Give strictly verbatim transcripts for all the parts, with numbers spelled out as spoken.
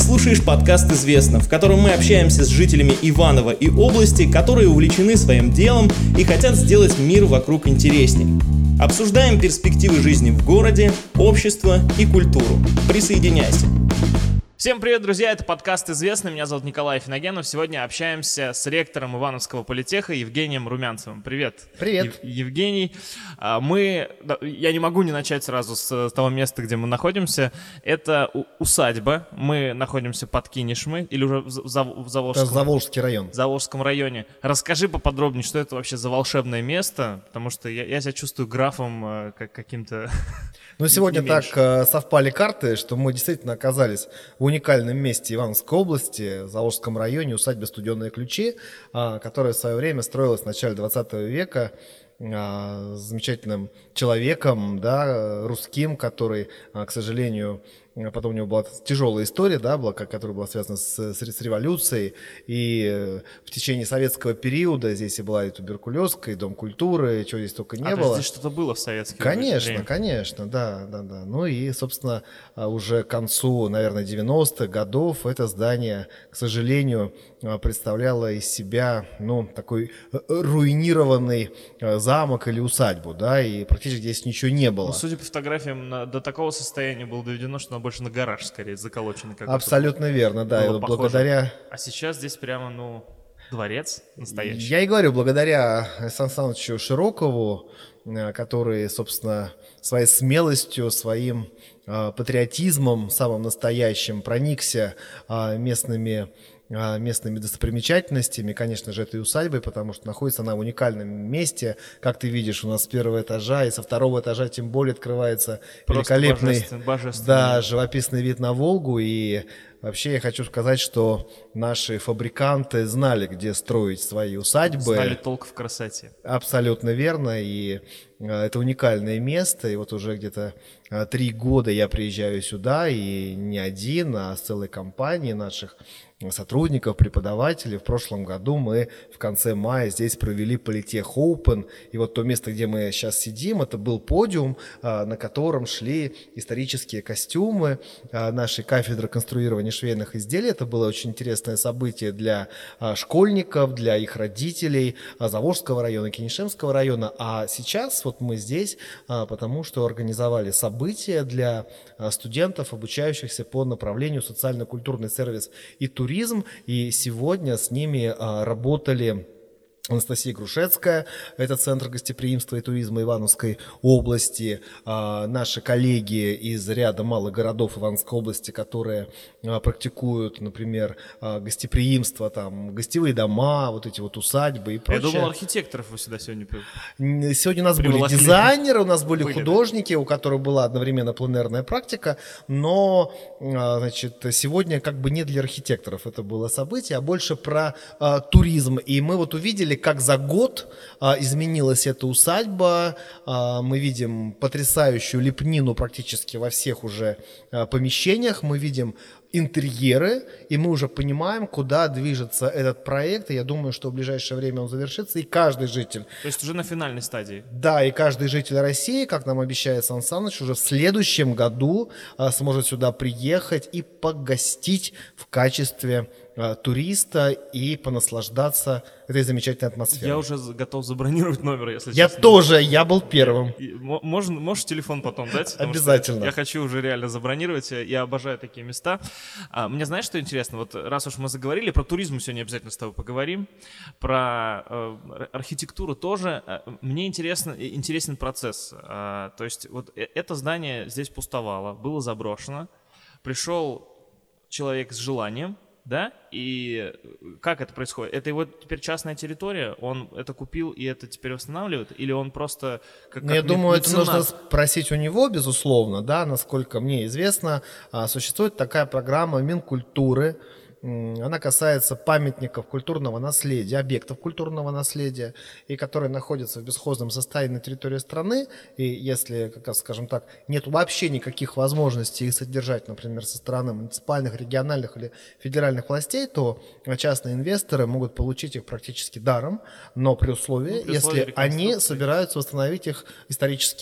слушаешь подкаст «Известно», в котором мы общаемся с жителями Иваново и области, которые увлечены своим делом и хотят сделать мир вокруг интереснее. Обсуждаем перспективы жизни в городе, общество и культуру. Присоединяйся. Всем привет, друзья, это подкаст «Известно», меня зовут Николай Финогенов. Сегодня общаемся с ректором Ивановского политеха Евгением Румянцевым. Привет. Привет. Ев- Евгений. Мы, я не могу не начать сразу с того места, где мы находимся. Это усадьба, мы находимся под Кинешмой, или уже в, Зав- в Заволжском, это Заволжский район. В Заволжском районе. Расскажи поподробнее, что это вообще за волшебное место, потому что я, я себя чувствую графом как каким-то... Ну, сегодня так э, совпали карты, что мы действительно оказались в уникальном месте Ивановской области, в Заволжском районе, усадьбе «Студенные ключи», э, которая в свое время строилась в начале двадцатого века э, замечательным человеком, да, русским, который, э, к сожалению, потом у него была тяжелая история, да, была, которая была связана с, с, с революцией, и в течение советского периода здесь и была и туберкулезка, и Дом культуры, чего здесь только не а, было. Здесь что-то было в советское Конечно, время. конечно, да, да, да. Ну и, собственно, уже к концу, наверное, девяностых годов это здание, к сожалению, представляло из себя, ну, такой руинированный замок или усадьбу, да, и практически здесь ничего не было. Ну, судя по фотографиям, на, до такого состояния было доведено, что она больше на гараж, скорее, заколоченный. Абсолютно верно, да, и благодаря... А сейчас здесь прямо, ну, дворец настоящий. Я и говорю, благодаря Сан Санычу Широкову, который, собственно, своей смелостью, своим э, патриотизмом самым настоящим проникся э, местными, э, местными достопримечательностями, конечно же, этой усадьбой, потому что находится она в уникальном месте. Как ты видишь, у нас с первого этажа и со второго этажа тем более открывается просто великолепный, божествен, божествен. Да, живописный вид на Волгу. И вообще я хочу сказать, что наши фабриканты знали, где строить свои усадьбы. Знали толк в красоте. Абсолютно верно, и это уникальное место, и вот уже где-то три года я приезжаю сюда, и не один, а с целой компанией наших сотрудников, преподавателей. В прошлом году мы в конце мая здесь провели Политех Open, и вот то место, где мы сейчас сидим, это был подиум, на котором шли исторические костюмы нашей кафедры конструирования швейных изделий. Это было очень интересное событие для школьников, для их родителей Заволжского района, Кинешемского района, а сейчас вот мы здесь, потому что организовали события для студентов, обучающихся по направлению социально-культурный сервис и туризм. И сегодня с ними а, работали Анастасия Грушецкая, это Центр гостеприимства и туризма Ивановской области, а, наши коллеги из ряда малых городов Ивановской области, которые а, практикуют, например, а, гостеприимство, там, гостевые дома, вот эти вот усадьбы и прочее. Я думал, архитекторов вы сюда сегодня привели. Сегодня у нас были дизайнеры, у нас были, были художники, у которых была одновременно пленэрная практика, но, а, значит, сегодня как бы не для архитекторов это было событие, а больше про а, туризм. И мы вот увидели, как за год а, изменилась эта усадьба. А, мы видим потрясающую лепнину практически во всех уже а, помещениях. Мы видим интерьеры, и мы уже понимаем, куда движется этот проект. И я думаю, что в ближайшее время он завершится, и каждый житель... То есть уже на финальной стадии? Да, и каждый житель России, как нам обещает Сан Саныч, уже в следующем году а, сможет сюда приехать и погостить в качестве а, туриста и понаслаждаться этой замечательной атмосферой. Я уже готов забронировать номер, если я честно. Я тоже, я был первым. Можешь, можешь телефон потом дать? Обязательно. Я хочу уже реально забронировать, я обожаю такие места. А, мне знаешь, что интересно? Вот раз уж мы заговорили, про туризм сегодня обязательно с тобой поговорим, про э, архитектуру тоже. Мне интересно, интересен процесс. А, то есть вот это здание здесь пустовало, было заброшено, пришел человек с желанием, да, и как это происходит? Это его теперь частная территория, он это купил и это теперь восстанавливает, или он просто как, как Я думаю, меценат? Это нужно спросить у него, безусловно, да, насколько мне известно, существует такая программа Минкультуры. Она касается памятников культурного наследия, объектов культурного наследия, и которые находятся в бесхозном состоянии на территории страны. И если, как, скажем так, нет вообще никаких возможностей их содержать, например, со стороны муниципальных, региональных или федеральных властей, то частные инвесторы могут получить их практически даром, но при условии, ну, при условии если они собираются восстановить их исторический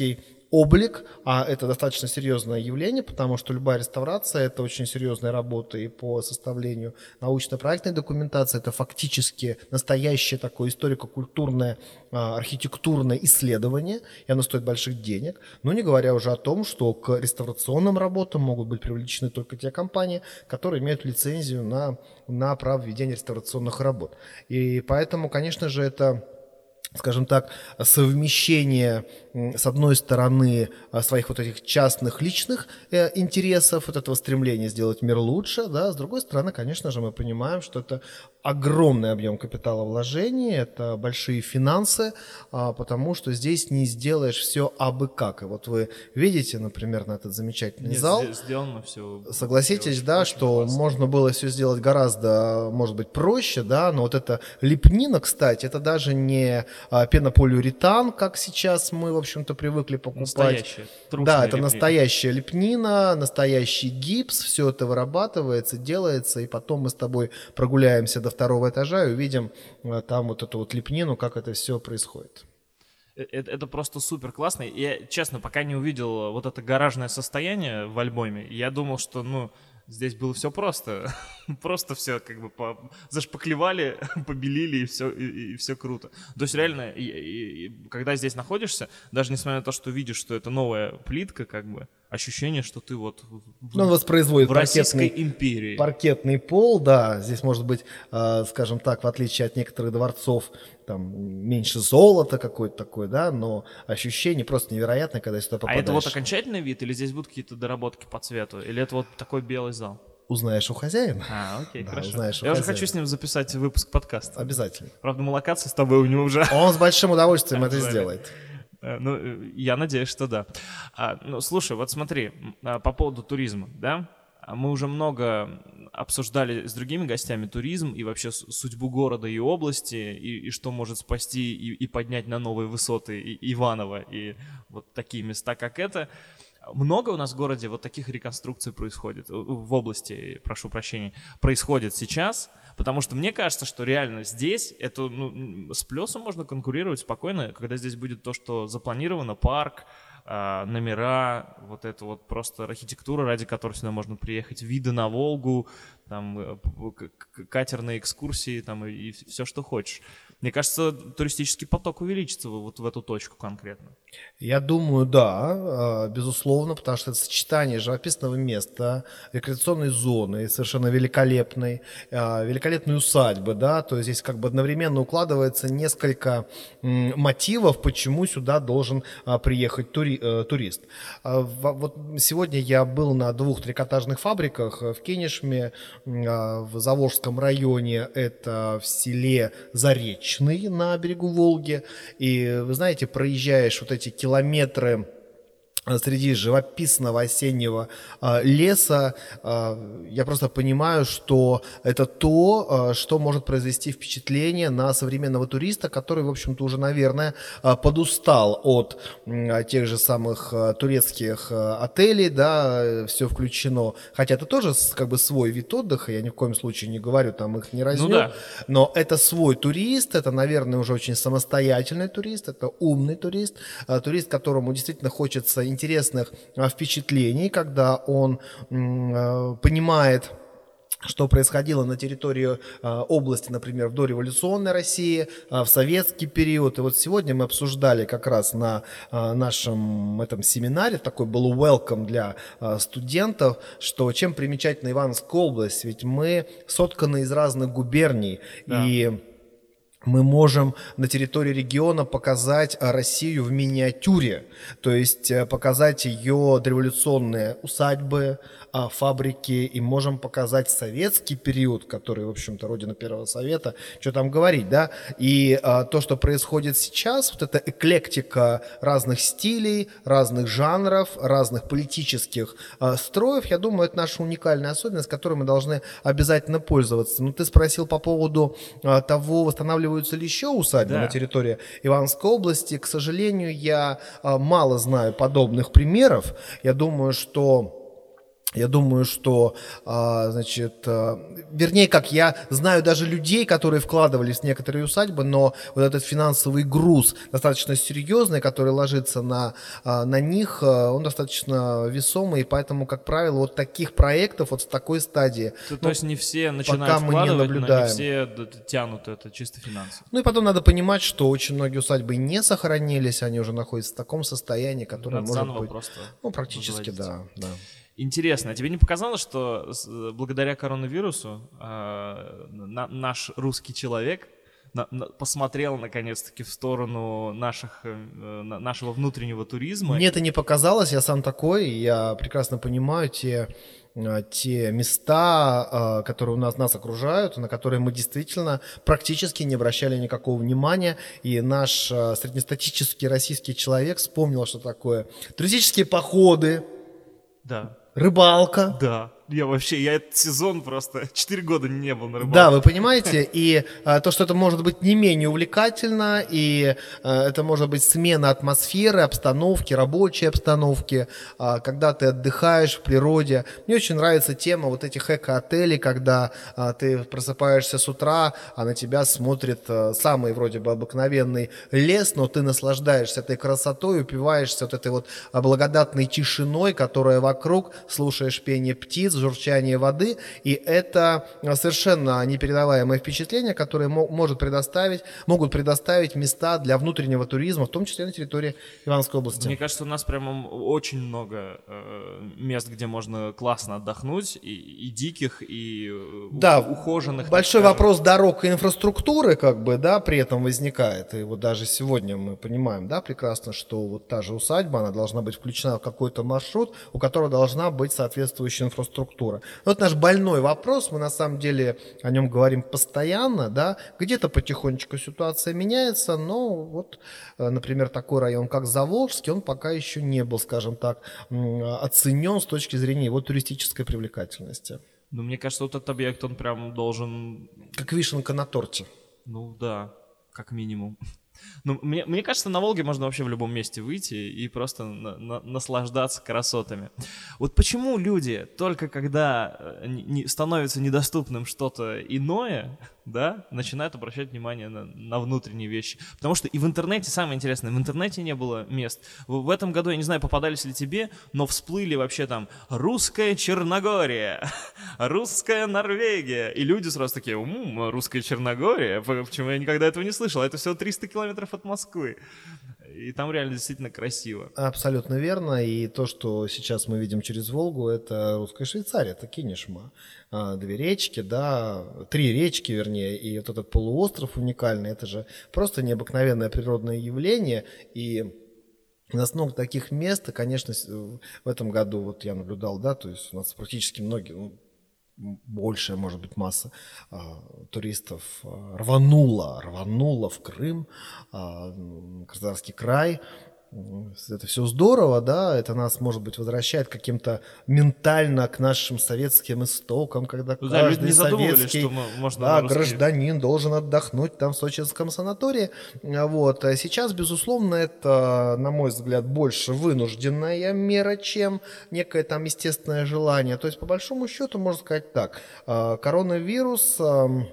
облик, а это достаточно серьезное явление, потому что любая реставрация – это очень серьезная работа и по составлению научно-проектной документации, это фактически настоящее такое историко-культурное, архитектурное исследование, и оно стоит больших денег, но не говоря уже о том, что к реставрационным работам могут быть привлечены только те компании, которые имеют лицензию на, на право ведения реставрационных работ. И поэтому, конечно же, это, скажем так, совмещение, с одной стороны, своих вот этих частных личных интересов, вот этого стремления сделать мир лучше, да, с другой стороны, конечно же, мы понимаем, что это огромный объем капиталовложений, это большие финансы, потому что здесь не сделаешь все абы как. И вот вы видите, например, на этот замечательный Нет, зал. Сделано все. Согласитесь, очень, да, очень что классно. можно было все сделать гораздо, может быть, проще, да, но вот эта лепнина, кстати, это даже не пенополиуретан, как сейчас мы, в общем-то, привыкли покупать. Настоящая. Да, это лепнина. настоящая лепнина, настоящий гипс, все это вырабатывается, делается, и потом мы с тобой прогуляемся до второго этажа и увидим там вот эту вот лепнину, как это все происходит. Это, это просто супер классно. Я, честно, пока не увидел вот это гаражное состояние в альбоме, я думал, что, ну, здесь было все просто. Просто все как бы по... зашпаклевали, побелили, и все, и, и все круто. То есть реально, и, и, и, когда здесь находишься, даже несмотря на то, что видишь, что это новая плитка, как бы, ощущение, что ты вот в, ну, воспроизводит в Российской паркетный, империи. Паркетный пол, да, здесь может быть, э, скажем так, в отличие от некоторых дворцов, там меньше золота какой-то такой, да, но ощущение просто невероятное, когда сюда попадаешь. А это вот окончательный вид, или здесь будут какие-то доработки по цвету, или это вот такой белый зал? Узнаешь у хозяина. А, окей, да, хорошо. Узнаешь у Я хозяина. уже хочу с ним записать выпуск подкаста. Обязательно. Правда, мы локация с тобой у него уже. Он с большим удовольствием это сделает. Ну, я надеюсь, что да. А, ну, слушай, вот смотри, по поводу туризма, да? Мы уже много обсуждали с другими гостями туризм и вообще судьбу города и области, и, и что может спасти и, и поднять на новые высоты и Иваново, и вот такие места, как это. Много у нас в городе вот таких реконструкций происходит, в области, прошу прощения, происходит сейчас, потому что мне кажется, что реально здесь это, ну, с плюсом можно конкурировать спокойно, когда здесь будет то, что запланировано, парк, номера, вот это вот просто архитектура, ради которой сюда можно приехать, виды на Волгу, там, катерные экскурсии, там, и, и все, что хочешь. Мне кажется, туристический поток увеличится вот в эту точку конкретно. Я думаю, да, безусловно, потому что это сочетание живописного места, рекреационной зоны, совершенно великолепной, великолепной усадьбы, да, то есть здесь как бы одновременно укладывается несколько мотивов, почему сюда должен приехать тури, турист. Вот сегодня я был на двух трикотажных фабриках в Кинешме, в Заволжском районе, это в селе Заречный на берегу Волги, и вы знаете, проезжаешь вот эти километры среди живописного осеннего э, леса, э, я просто понимаю, что это то, э, что может произвести впечатление на современного туриста, который, в общем-то, уже, наверное, э, подустал от э, тех же самых э, турецких э, отелей, да, все включено. Хотя это тоже как бы свой вид отдыха, я ни в коем случае не говорю, там их не разнёт, ну, да. Но это свой турист, это, наверное, уже очень самостоятельный турист, это умный турист, э, турист, которому действительно хочется интересных впечатлений, когда он э, понимает, что происходило на территории э, области, например, в дореволюционной России, э, в советский период. И вот сегодня мы обсуждали как раз на э, нашем этом семинаре, такой был welcome для э, студентов, что чем примечательна Ивановская область, ведь мы сотканы из разных губерний, да. И мы можем на территории региона показать Россию в миниатюре, то есть показать ее дореволюционные усадьбы, фабрики, и можем показать советский период, который, в общем-то, родина Первого Совета, что там говорить, да, и а, то, что происходит сейчас, вот эта эклектика разных стилей, разных жанров, разных политических а, строев, я думаю, это наша уникальная особенность, которой мы должны обязательно пользоваться. Ну, ты спросил по поводу а, того, восстанавливаются ли еще усадьбы, да, на территории Ивановской области. К сожалению, я а, мало знаю подобных примеров. Я думаю, что Я думаю, что, а, значит, а, вернее, как я знаю даже людей, которые вкладывались в некоторые усадьбы, но вот этот финансовый груз достаточно серьезный, который ложится на, а, на них, а, он достаточно весомый, и поэтому, как правило, вот таких проектов вот в такой стадии, То, ну, то есть не все начинают пока мы не вкладывать, но не наблюдаем. все д- д- тянут это чисто финансово. Ну и потом надо понимать, что очень многие усадьбы не сохранились, они уже находятся в таком состоянии, которое Надо может заново быть, просто ну, практически, возводить. да, да. Интересно, а тебе не показалось, что с- благодаря коронавирусу э, на- наш русский человек на- на- посмотрел наконец-таки в сторону наших, э, на- нашего внутреннего туризма? Мне это не показалось, я сам такой, и я прекрасно понимаю те, э, те места, э, которые у нас, нас окружают, на которые мы действительно практически не обращали никакого внимания, и наш э, среднестатистический российский человек вспомнил, что такое туристические походы, Да, рыбалка. да. Я вообще, я этот сезон просто четыре года не был на рыбалке. Да, вы понимаете, и а, то, что это может быть не менее увлекательно, и а, это может быть смена атмосферы, обстановки, рабочей обстановки, а, когда ты отдыхаешь в природе. Мне очень нравится тема вот этих эко-отелей, когда а, ты просыпаешься с утра, а на тебя смотрит а, самый вроде бы обыкновенный лес, но ты наслаждаешься этой красотой, упиваешься вот этой вот а, благодатной тишиной, которая вокруг, слушаешь пение птиц, журчание воды, и это совершенно непередаваемое впечатление, которое мо- может предоставить, могут предоставить места для внутреннего туризма, в том числе на территории Ивановской области. Мне кажется, у нас прямо очень много э, мест, где можно классно отдохнуть, и, и диких, и э, Да, ухоженных. так большой скажем. вопрос дорог и инфраструктуры, как бы, да, при этом возникает. И вот даже сегодня мы понимаем, да, прекрасно, что вот та же усадьба, она должна быть включена в какой-то маршрут, у которого должна быть соответствующая инфраструктура. Вот наш больной вопрос, мы на самом деле о нем говорим постоянно, да, где-то потихонечку ситуация меняется, но вот, э, например, такой район, как Заволжский, он пока еще не был, скажем так, м, оценен с точки зрения его туристической привлекательности. Ну, мне кажется, вот этот объект, он прям должен, Как вишенка на торте. ну да, как минимум. Ну, мне, мне кажется, на Волге можно вообще в любом месте выйти и просто на- на- наслаждаться красотами. Вот почему люди, только когда э, не- не- становится недоступным что-то иное, да, начинают обращать внимание на, на внутренние вещи. Потому что и в интернете, самое интересное, в интернете не было мест. В, в этом году, я не знаю, попадались ли тебе, но всплыли вообще там «Русская Черногория», «Русская Норвегия». И люди сразу такие «Ум, русская Черногория? Почему я никогда этого не слышал? Это всего триста километров от Москвы». И там реально действительно красиво. Абсолютно верно. И то, что сейчас мы видим через Волгу, это русская Швейцария, это Кинешма. А, Две речки, да, три речки, вернее, и вот этот полуостров уникальный, это же просто необыкновенное природное явление. И у нас много таких мест, и, конечно, с- в этом году вот я наблюдал, да, то есть у нас практически многие, ну, м, большая, может быть, масса а, туристов а, рванула, рванула в Крым, а, м, Краснодарский край. М, Это все здорово, да, это нас, может быть, возвращает каким-то ментально к нашим советским истокам, когда Ну да, люди каждый не задумывались, советский, что мы- можно да, на русский- гражданин должен отдохнуть там в сочинском санатории. А Вот. А сейчас, безусловно, это, на мой взгляд, больше вынужденная мера, чем некое там естественное желание. То есть, по большому счету, можно сказать так, а, коронавирус ам,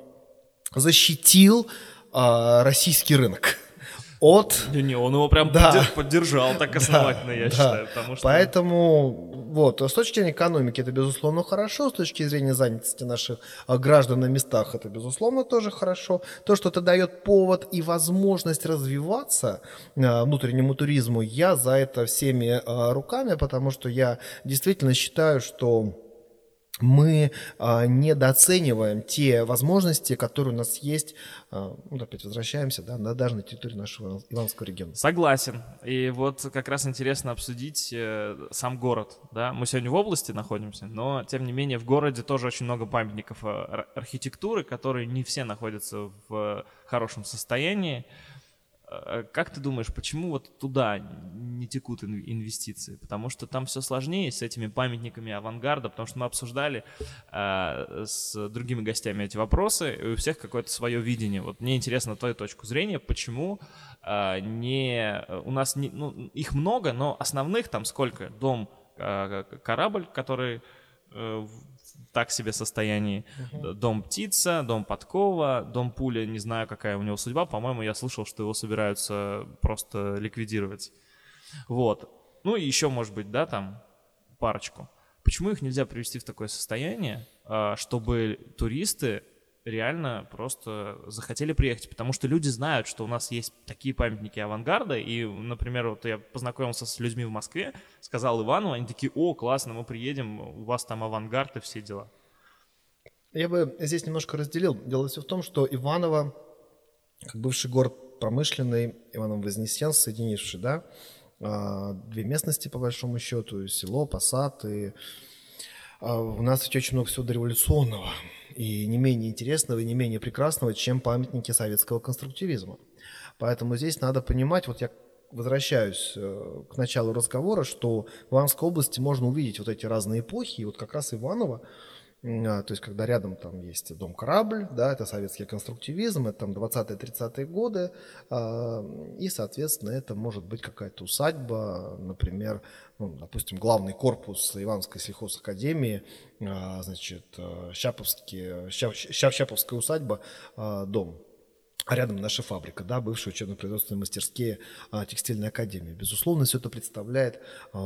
защитил а, российский рынок от... Не, не, он его прям Да. поддер- поддержал так основательно, я Да, считаю. Потому что... Поэтому вот, с точки зрения экономики это, безусловно, хорошо, с точки зрения занятости наших а, граждан на местах это, безусловно, тоже хорошо. То, что это дает повод и возможность развиваться а, внутреннему туризму, я за это всеми а, руками, потому что я действительно считаю, что мы а, недооцениваем те возможности, которые у нас есть, а, вот опять возвращаемся, да, на- даже на территории нашего Ивановского региона. Согласен. И вот как раз интересно обсудить э, сам город. Да? Мы сегодня в области находимся, но тем не менее в городе тоже очень много памятников э, ар- архитектуры, которые не все находятся в хорошем состоянии. Э, Как ты думаешь, почему вот туда не текут ин- инвестиции? Потому что там все сложнее с этими памятниками авангарда, потому что мы обсуждали э, с другими гостями эти вопросы, и у всех какое-то свое видение. Вот мне интересно твою точку зрения, почему э, не у нас не, ну, их много, но основных там сколько? Дом, э, корабль, который э, в так себе состоянии. Uh-huh. Дом Птица, дом Подкова, дом Пуля, не знаю, какая у него судьба. По-моему, я слышал, что его собираются просто ликвидировать. Вот. Ну и еще, может быть, да, там парочку. Почему их нельзя привести в такое состояние, чтобы туристы реально просто захотели приехать? Потому что люди знают, что у нас есть такие памятники авангарда, и, например, вот я познакомился с людьми в Москве, сказал Иванову, они такие: о, классно, мы приедем, у вас там авангард и все дела. Я бы здесь немножко разделил. Дело все в том, что Иваново, как бывший город промышленный, Иваново-Вознесенск, соединивший, да, две местности, по большому счету, село, посад, и у нас ведь очень много всего дореволюционного, и не менее интересного, и не менее прекрасного, чем памятники советского конструктивизма. Поэтому здесь надо понимать, вот я возвращаюсь к началу разговора, что в Ивановской области можно увидеть вот эти разные эпохи, и вот как раз Иваново, то есть когда рядом там есть дом «Корабль», да, это советский конструктивизм, это там двадцатые-тридцатые годы, и, соответственно, это может быть какая-то усадьба, например, ну, допустим, главный корпус Ивановской сельхозакадемии, значит, Щаповский, Щаповская усадьба, дом. А рядом наша фабрика, да, бывшая учебно-производственные мастерские текстильной академии. Безусловно, все это представляет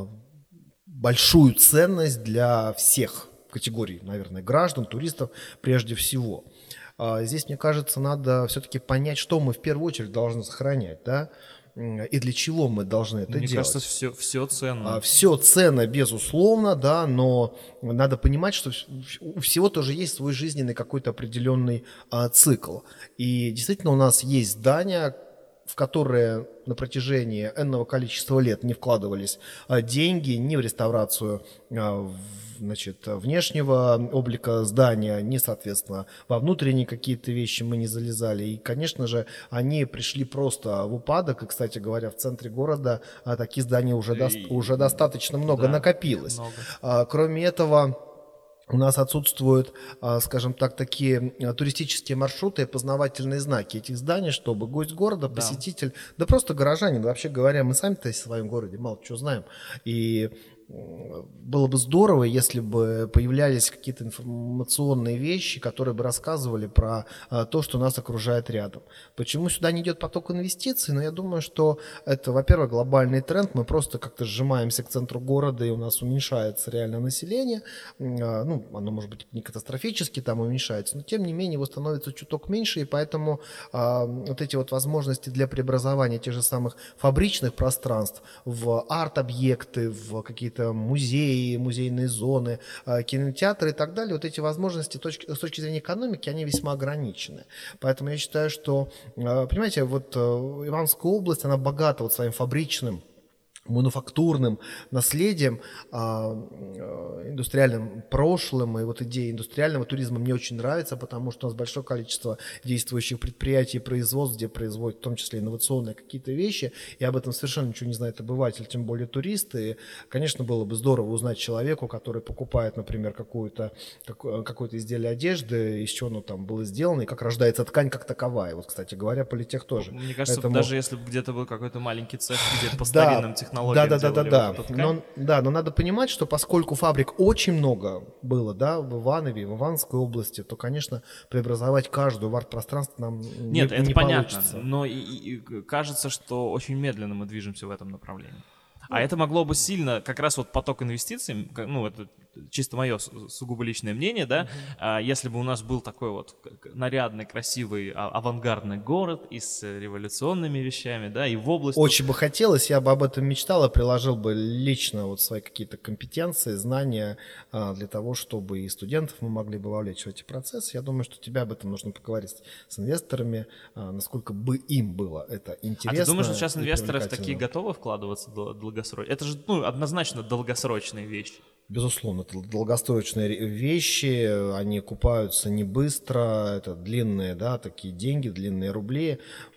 большую ценность для всех категорий, наверное, граждан, туристов прежде всего. Здесь, мне кажется, надо все-таки понять, что мы в первую очередь должны сохранять, да, и для чего мы должны это Мне делать. Мне кажется, все, все ценно. Все ценно, безусловно, да, но надо понимать, что у всего тоже есть свой жизненный какой-то определенный а, цикл. И действительно у нас есть здания, в которые на протяжении энного количества лет не вкладывались деньги ни в реставрацию значит, внешнего облика здания, ни, соответственно, во внутренние какие-то вещи мы не залезали. И, конечно же, они пришли просто в упадок. И, кстати говоря, в центре города таких зданий уже, до, уже достаточно много, да, накопилось. Много. Кроме этого, у нас отсутствуют, скажем так, такие туристические маршруты и познавательные знаки этих зданий, чтобы гость города, да, посетитель, да просто горожанин, вообще говоря, мы сами-то в своем городе мало чего знаем. И было бы здорово, если бы появлялись какие-то информационные вещи, которые бы рассказывали про то, что нас окружает рядом. Почему сюда не идет поток инвестиций? Ну, я думаю, что это, во-первых, глобальный тренд. Мы просто как-то сжимаемся к центру города, и у нас уменьшается реально население. Ну, оно, может быть, не катастрофически там уменьшается, но, тем не менее, его становится чуток меньше, и поэтому а, вот эти вот возможности для преобразования тех же самых фабричных пространств в арт-объекты, в какие-то музеи, музейные зоны, кинотеатры и так далее, вот эти возможности с точки зрения экономики, они весьма ограничены. Поэтому я считаю, что, понимаете, вот Ивановская область, она богата вот своим фабричным, мануфактурным наследием, индустриальным прошлым, и вот идея индустриального туризма мне очень нравится, потому что у нас большое количество действующих предприятий и производств, где производят в том числе инновационные какие-то вещи, и об этом совершенно ничего не знает обыватель, тем более туристы. И, конечно, было бы здорово узнать человеку, который покупает, например, какую-то, какое-то изделие одежды, из чего оно там было сделано, и как рождается ткань как таковая. Вот, кстати говоря, Политех тоже. Мне кажется, Поэтому... даже если бы где-то был какой-то маленький цех, где по старинным технологиям Да, да, да, да, да. Вот но, да, но надо понимать, что поскольку фабрик очень много было, да, в Иванове, в Ивановской области, то, конечно, преобразовать каждую в арт-пространство нам Нет, не, это не понятно, получится. Но и, и, кажется, что очень медленно мы движемся в этом направлении. А это могло бы сильно, как раз вот поток инвестиций, ну, это чисто мое сугубо личное мнение, да, uh-huh. если бы у нас был такой вот нарядный, красивый, авангардный город и с революционными вещами, да, и в области... Очень бы хотелось, я бы об этом мечтал, и приложил бы лично вот свои какие-то компетенции, знания для того, чтобы и студентов мы могли бы вовлечь в эти процессы. Я думаю, что тебе об этом нужно поговорить с инвесторами, насколько бы им было это интересно. А ты думаешь, что сейчас инвесторы в такие готовы вкладываться долгосрочно? Это же, ну, однозначно долгосрочные вещи. Безусловно, это долгосрочные вещи, они купаются не быстро, это длинные, да, такие деньги, длинные рубли.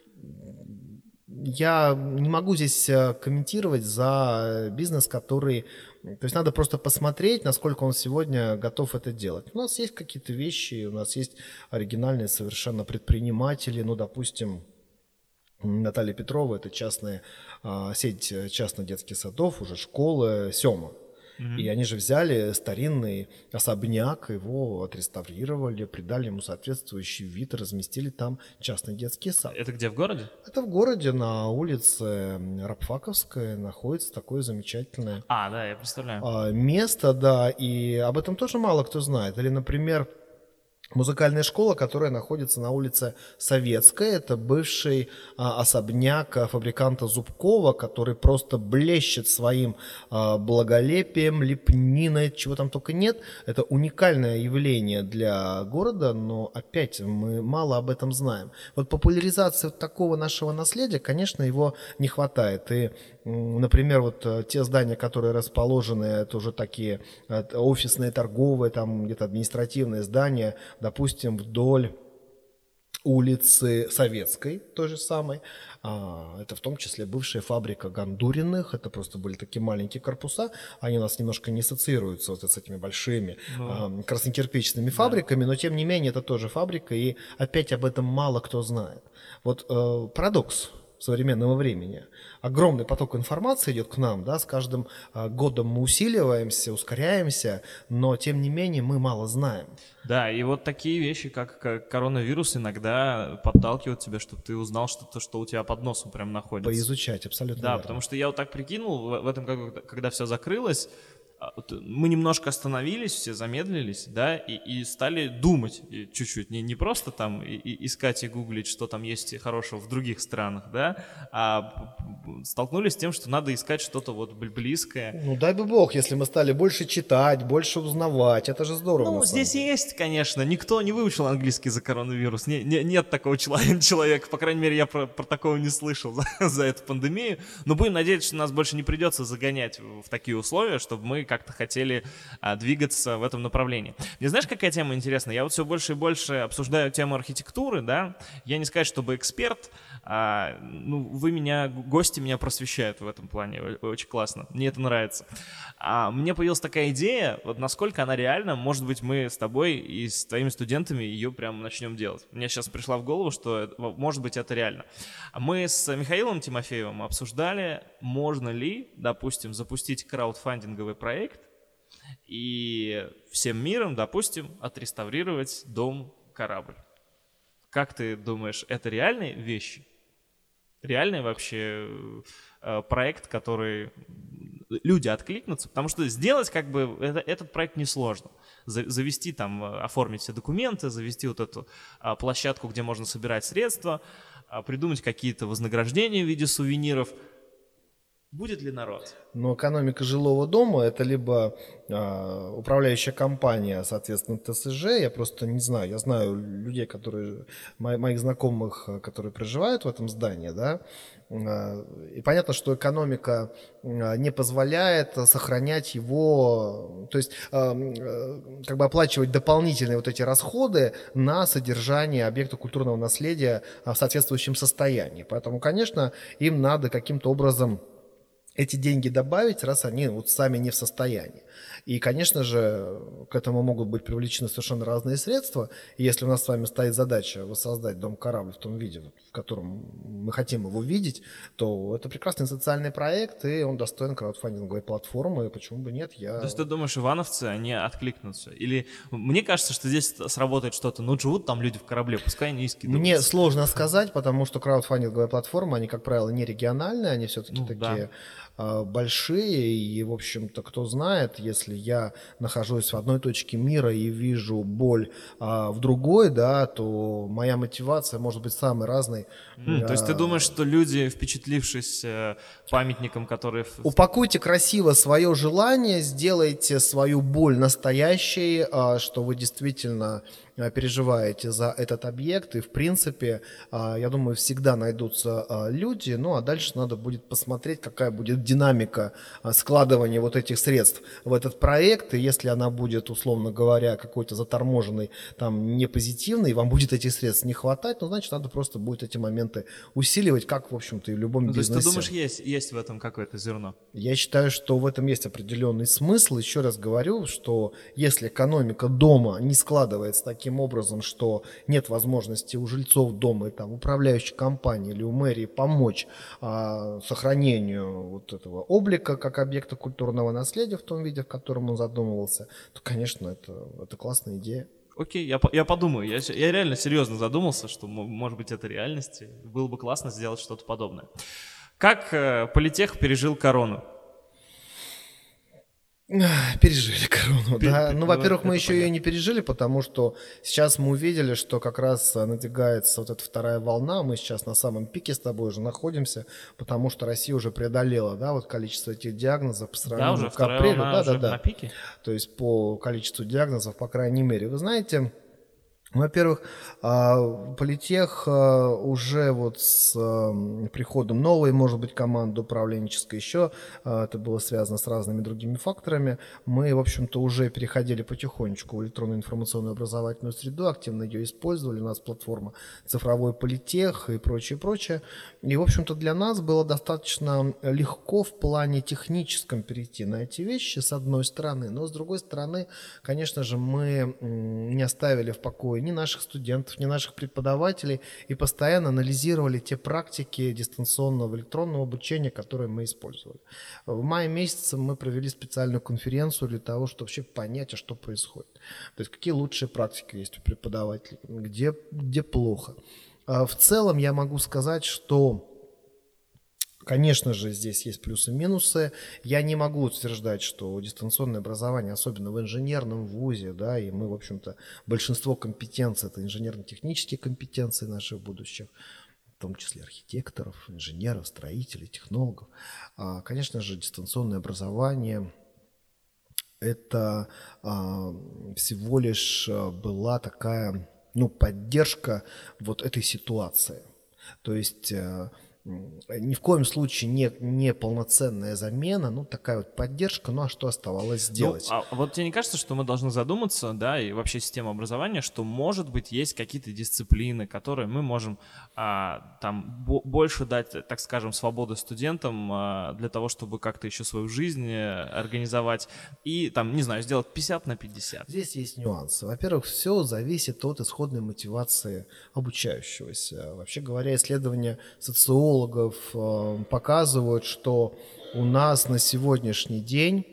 Я не могу здесь комментировать за бизнес, который... То есть надо просто посмотреть, насколько он сегодня готов это делать. У нас есть какие-то вещи, у нас есть оригинальные совершенно предприниматели, ну, допустим... Наталья Петрова, это частная сеть частных детских садов, уже школы, Сёма. Mm-hmm. И они же взяли старинный особняк, его отреставрировали, придали ему соответствующий вид, разместили там частный детский сад. Это где, в городе? Это в городе, на улице Рабфаковская находится такое замечательное а, да, я представляю. место, да, и об этом тоже мало кто знает. Или, например, музыкальная школа, которая находится на улице Советская, это бывший а, особняк а, фабриканта Зубкова, который просто блещет своим а, благолепием, лепниной, чего там только нет. Это уникальное явление для города, но опять мы мало об этом знаем. Вот популяризации вот такого нашего наследия, конечно, его не хватает. И, например, вот те здания, которые расположены, это уже такие офисные, торговые, там где-то административные здания, допустим, вдоль улицы Советской, той же самой. Это в том числе бывшая фабрика Гандуриных. Это просто были такие маленькие корпуса. Они у нас немножко не ассоциируются вот с этими большими ну, краснокирпичными фабриками, да. Но тем не менее это тоже фабрика, и опять об этом мало кто знает. Вот э, парадокс современного времени. Огромный поток информации идет к нам, да, с каждым а, годом мы усиливаемся, ускоряемся, но тем не менее мы мало знаем. Да, и вот такие вещи, как, как коронавирус, иногда подталкивают тебя, чтобы ты узнал что-то, что у тебя под носом прям находится. Поизучать, абсолютно Да, верно. Потому что я вот так прикинул, в, в этом, когда, когда все закрылось, мы немножко остановились, все замедлились, да, и, и стали думать чуть-чуть, не, не просто там и, и искать и гуглить, что там есть хорошего в других странах, да, а столкнулись с тем, что надо искать что-то вот близкое. Ну, дай бы бог, если мы стали больше читать, больше узнавать, это же здорово. Ну, здесь деле. Есть, конечно, никто не выучил английский за коронавирус, не, не, нет такого человека, по крайней мере, я про, про такого не слышал за, за эту пандемию, но будем надеяться, что нас больше не придется загонять в такие условия, чтобы мы как-то хотели а, двигаться в этом направлении. Мне знаешь, какая тема интересная? Я вот все больше и больше обсуждаю тему архитектуры, да, я не сказать, чтобы эксперт, а, ну, вы меня, гости меня просвещают в этом плане, очень классно, мне это нравится. А, мне появилась такая идея, вот насколько она реальна, может быть, мы с тобой и с твоими студентами ее прям начнем делать. Мне сейчас пришла в голову, что, может быть, это реально. Мы с Михаилом Тимофеевым обсуждали, можно ли, допустим, запустить краудфандинговый проект и всем миром, допустим, отреставрировать дом-корабль. Как ты думаешь, это реальные вещи? Реальный вообще э, проект, который люди откликнутся? Потому что сделать как бы это, этот проект несложно. За, завести там, оформить все документы, завести вот эту а, площадку, где можно собирать средства, а, придумать какие-то вознаграждения в виде сувениров. Будет ли народ? Но экономика жилого дома – это либо а, управляющая компания, соответственно, ТСЖ, я просто не знаю, я знаю людей, которые, мо- моих знакомых, которые проживают в этом здании, да, а, и понятно, что экономика а, не позволяет сохранять его, то есть а, как бы оплачивать дополнительные вот эти расходы на содержание объекта культурного наследия в соответствующем состоянии. Поэтому, конечно, им надо каким-то образом эти деньги добавить, раз они вот сами не в состоянии. И, конечно же, к этому могут быть привлечены совершенно разные средства. И если у нас с вами стоит задача воссоздать дом-корабль в том виде, в котором мы хотим его видеть, то это прекрасный социальный проект, и он достоин краудфандинговой платформы. Почему бы нет? Я... То есть ты думаешь, ивановцы, они откликнутся? Или мне кажется, что здесь сработает что-то. Ну, живут там люди в корабле, пускай они и скидываются. Мне сложно сказать, потому что краудфандинговые платформы, они, как правило, не региональные, они все-таки ну, такие... Да. большие, и, в общем-то, кто знает, если я нахожусь в одной точке мира и вижу боль а, в другой, да, то моя мотивация может быть самой разной. Mm, а, то есть ты думаешь, что люди, впечатлившись э, памятником, который... Упакуйте красиво свое желание, сделайте свою боль настоящей, а, что вы действительно переживаете за этот объект, и в принципе, я думаю, всегда найдутся люди, ну а дальше надо будет посмотреть, какая будет динамика складывания вот этих средств в этот проект, и если она будет, условно говоря, какой-то заторможенной, там, не позитивной, и вам будет этих средств не хватать, ну, значит, надо просто будет эти моменты усиливать, как, в общем-то, и в любом ну, бизнесе. То есть ты думаешь, есть, есть в этом какое-то зерно? Я считаю, что в этом есть определенный смысл. Еще раз говорю, что если экономика дома не складывается таким таким образом, что нет возможности у жильцов дома, там, управляющей компании или у мэрии помочь а, сохранению вот, этого облика как объекта культурного наследия в том виде, в котором он задумывался, то, конечно, это, это классная идея. Окей, я, я подумаю. Я, я реально серьезно задумался, что, может быть, это реальность. Было бы классно сделать что-то подобное. Как э, политех пережил корону? Пережили корону, Пер- да. пер- Ну, ну, во-первых, это мы еще понятно. ее не пережили, потому что сейчас мы увидели, что как раз надвигается вот эта вторая волна. Мы сейчас на самом пике с тобой уже находимся, потому что Россия уже преодолела, да, вот количество этих диагнозов по Да, сравнению уже к вторая апрелю. волна Да, уже да, да. на пике? То есть по количеству диагнозов, по крайней мере. Вы знаете, во-первых, а, политех а, уже вот с а, приходом новой, может быть, команды управленческой еще, а, это было связано с разными другими факторами, мы, в общем-то, уже переходили потихонечку в электронную информационную образовательную среду, активно ее использовали, у нас платформа цифровой политех и прочее, прочее. И, в общем-то, для нас было достаточно легко в плане техническом перейти на эти вещи, с одной стороны, но с другой стороны, конечно же, мы не оставили в покое ни наших студентов, ни наших преподавателей и постоянно анализировали те практики дистанционного электронного обучения, которые мы использовали. В мае месяце мы провели специальную конференцию для того, чтобы вообще понять, а что происходит. То есть какие лучшие практики есть у преподавателей, где, где плохо. В целом я могу сказать, что, конечно же, здесь есть плюсы и минусы. Я не могу утверждать, что дистанционное образование, особенно в инженерном вузе, да, и мы, в общем-то, большинство компетенций, это инженерно-технические компетенции наших будущих, в том числе архитекторов, инженеров, строителей, технологов. Конечно же, дистанционное образование – это всего лишь была такая, ну, поддержка вот этой ситуации. То есть ни в коем случае не, не полноценная замена, ну, такая вот поддержка, ну, а что оставалось сделать? Ну, а вот тебе не кажется, что мы должны задуматься, да, и вообще система образования, что, может быть, есть какие-то дисциплины, которые мы можем а, там бо- больше дать, так скажем, свободы студентам а, для того, чтобы как-то еще свою жизнь организовать и, там, не знаю, сделать пятьдесят на пятьдесят? Здесь есть нюансы. Во-первых, все зависит от исходной мотивации обучающегося. Вообще говоря, исследования социологов показывают, что у нас на сегодняшний день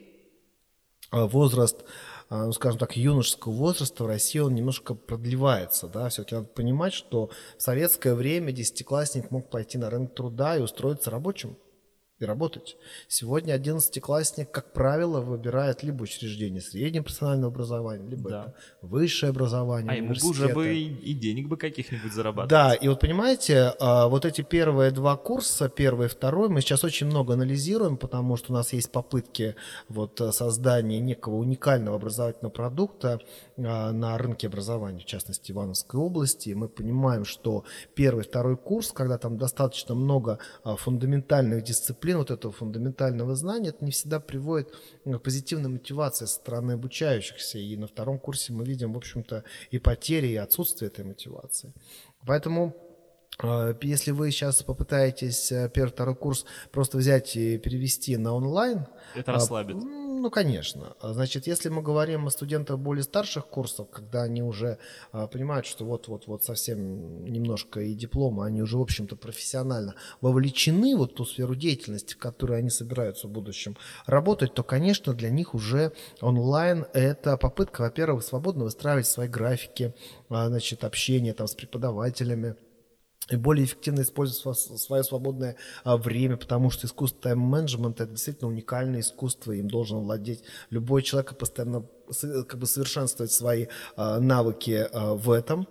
возраст, ну, скажем так, юношеского возраста в России, он немножко продлевается. Да? Все-таки надо понимать, что в советское время десятиклассник мог пойти на рынок труда и устроиться рабочим и работать. Сегодня одиннадцатиклассник, как правило, выбирает либо учреждение среднего профессионального образования, либо Да. это высшее образование, А ему бы уже университеты. бы и, и денег бы каких-нибудь зарабатывать. Да, и вот понимаете, вот эти первые два курса, первый и второй, мы сейчас очень много анализируем, потому что у нас есть попытки вот создания некого уникального образовательного продукта на рынке образования, в частности, Ивановской области. И мы понимаем, что первый и второй курс, когда там достаточно много фундаментальных дисциплин, вот этого фундаментального знания, это не всегда приводит к позитивной мотивации со стороны обучающихся. И на втором курсе мы видим, в общем-то, и потери, и отсутствие этой мотивации. Поэтому, если вы сейчас попытаетесь первый-второй курс просто взять и перевести на онлайн... Это расслабит. Ну, конечно. Значит, если мы говорим о студентах более старших курсов, когда они уже понимают, что вот-вот-вот совсем немножко и диплома, они уже, в общем-то, профессионально вовлечены в ту сферу деятельности, в которой они собираются в будущем работать, то, конечно, для них уже онлайн – это попытка, во-первых, свободно выстраивать свои графики, значит, общение там с преподавателями, и более эффективно использовать свое свободное время, потому что искусство тайм-менеджмента – это действительно уникальное искусство, им должен владеть любой человек и постоянно как бы совершенствовать свои навыки в этом.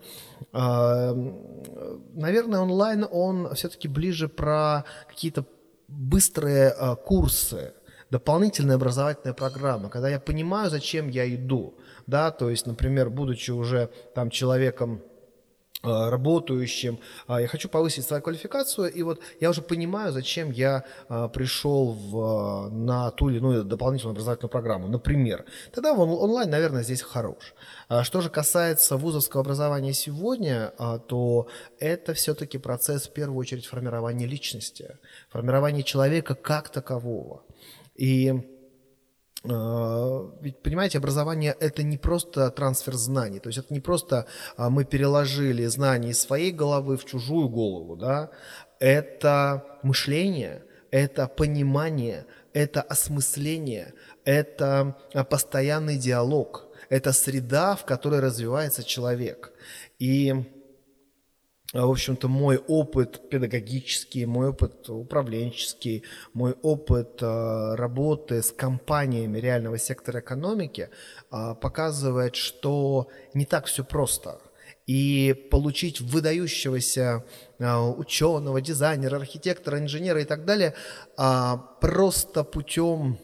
Наверное, онлайн, он все-таки ближе про какие-то быстрые курсы, дополнительная образовательная программа, когда я понимаю, зачем я иду, да, то есть, например, будучи уже там человеком, работающим, я хочу повысить свою квалификацию, и вот я уже понимаю, зачем я пришел в, на ту или иную дополнительную образовательную программу, например. Тогда онлайн, наверное, здесь хорош. Что же касается вузовского образования сегодня, то это все-таки процесс, в первую очередь, формирования личности, формирования человека как такового. И ведь, понимаете, образование – это не просто трансфер знаний, то есть это не просто мы переложили знания из своей головы в чужую голову, да? Это мышление, это понимание, это осмысление, это постоянный диалог, это среда, в которой развивается человек. И, в общем-то, мой опыт педагогический, мой опыт управленческий, мой опыт работы с компаниями реального сектора экономики показывает, что не так все просто. И получить выдающегося ученого, дизайнера, архитектора, инженера и так далее просто путем...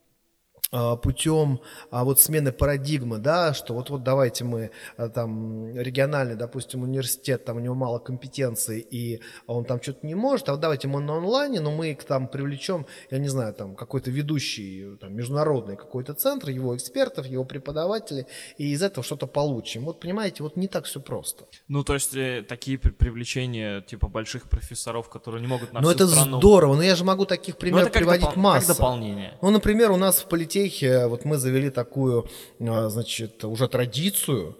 путем а, вот смены парадигмы, да, что вот, вот давайте мы а, там региональный, допустим, университет, там у него мало компетенций, и он там что-то не может, а вот давайте мы на онлайне, но мы там привлечем, я не знаю, там какой-то ведущий, там, международный какой-то центр, его экспертов, его преподавателей, и из этого что-то получим. Вот понимаете, вот не так все просто. Ну, то есть э, такие при- привлечения типа больших профессоров, которые не могут на но всю это страну... здорово, но я же могу таких примеров приводить допол- массу. как дополнение. Ну, например, у нас в политехе вот мы завели такую, значит, уже традицию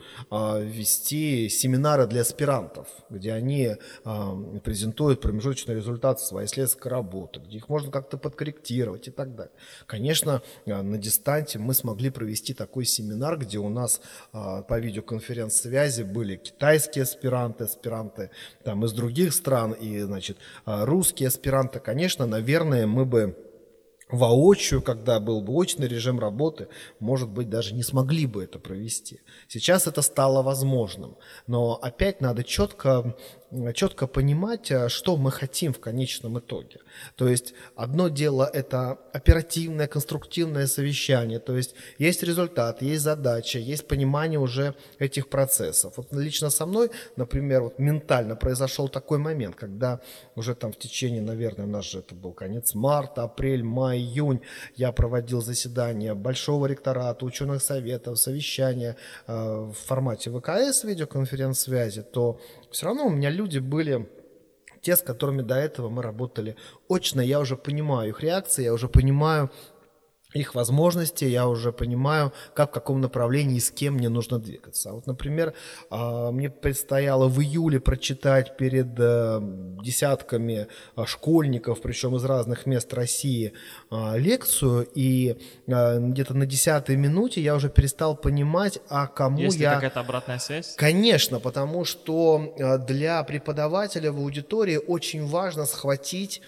вести семинары для аспирантов, где они презентуют промежуточный результат своей исследовательской работы, где их можно как-то подкорректировать и так далее. Конечно, на дистанте мы смогли провести такой семинар, где у нас по видеоконференц-связи были китайские аспиранты, аспиранты там из других стран и, значит, русские аспиранты. Конечно, наверное, мы бы воочию, когда был бы очный режим работы, может быть, даже не смогли бы это провести. Сейчас это стало возможным. Но опять надо четко, четко понимать, что мы хотим в конечном итоге. То есть одно дело – это оперативное, конструктивное совещание. То есть есть результат, есть задача, есть понимание уже этих процессов. Вот лично со мной, например, вот ментально произошел такой момент, когда уже там в течение, наверное, у нас же это был конец марта, апрель, май, июнь, я проводил заседания большого ректората, ученых советов, совещания э, в формате ВКС, видеоконференц-связи, то все равно у меня люди были те, с которыми до этого мы работали очно. Я уже понимаю их реакции, я уже понимаю их возможности, я уже понимаю, как, в каком направлении и с кем мне нужно двигаться. Вот, например, мне предстояло в июле прочитать перед десятками школьников, причем из разных мест России, лекцию, и где-то на десятой минуте я уже перестал понимать, а кому Есть я... ли какая-то обратная связь? Конечно, потому что для преподавателя в аудитории очень важно схватить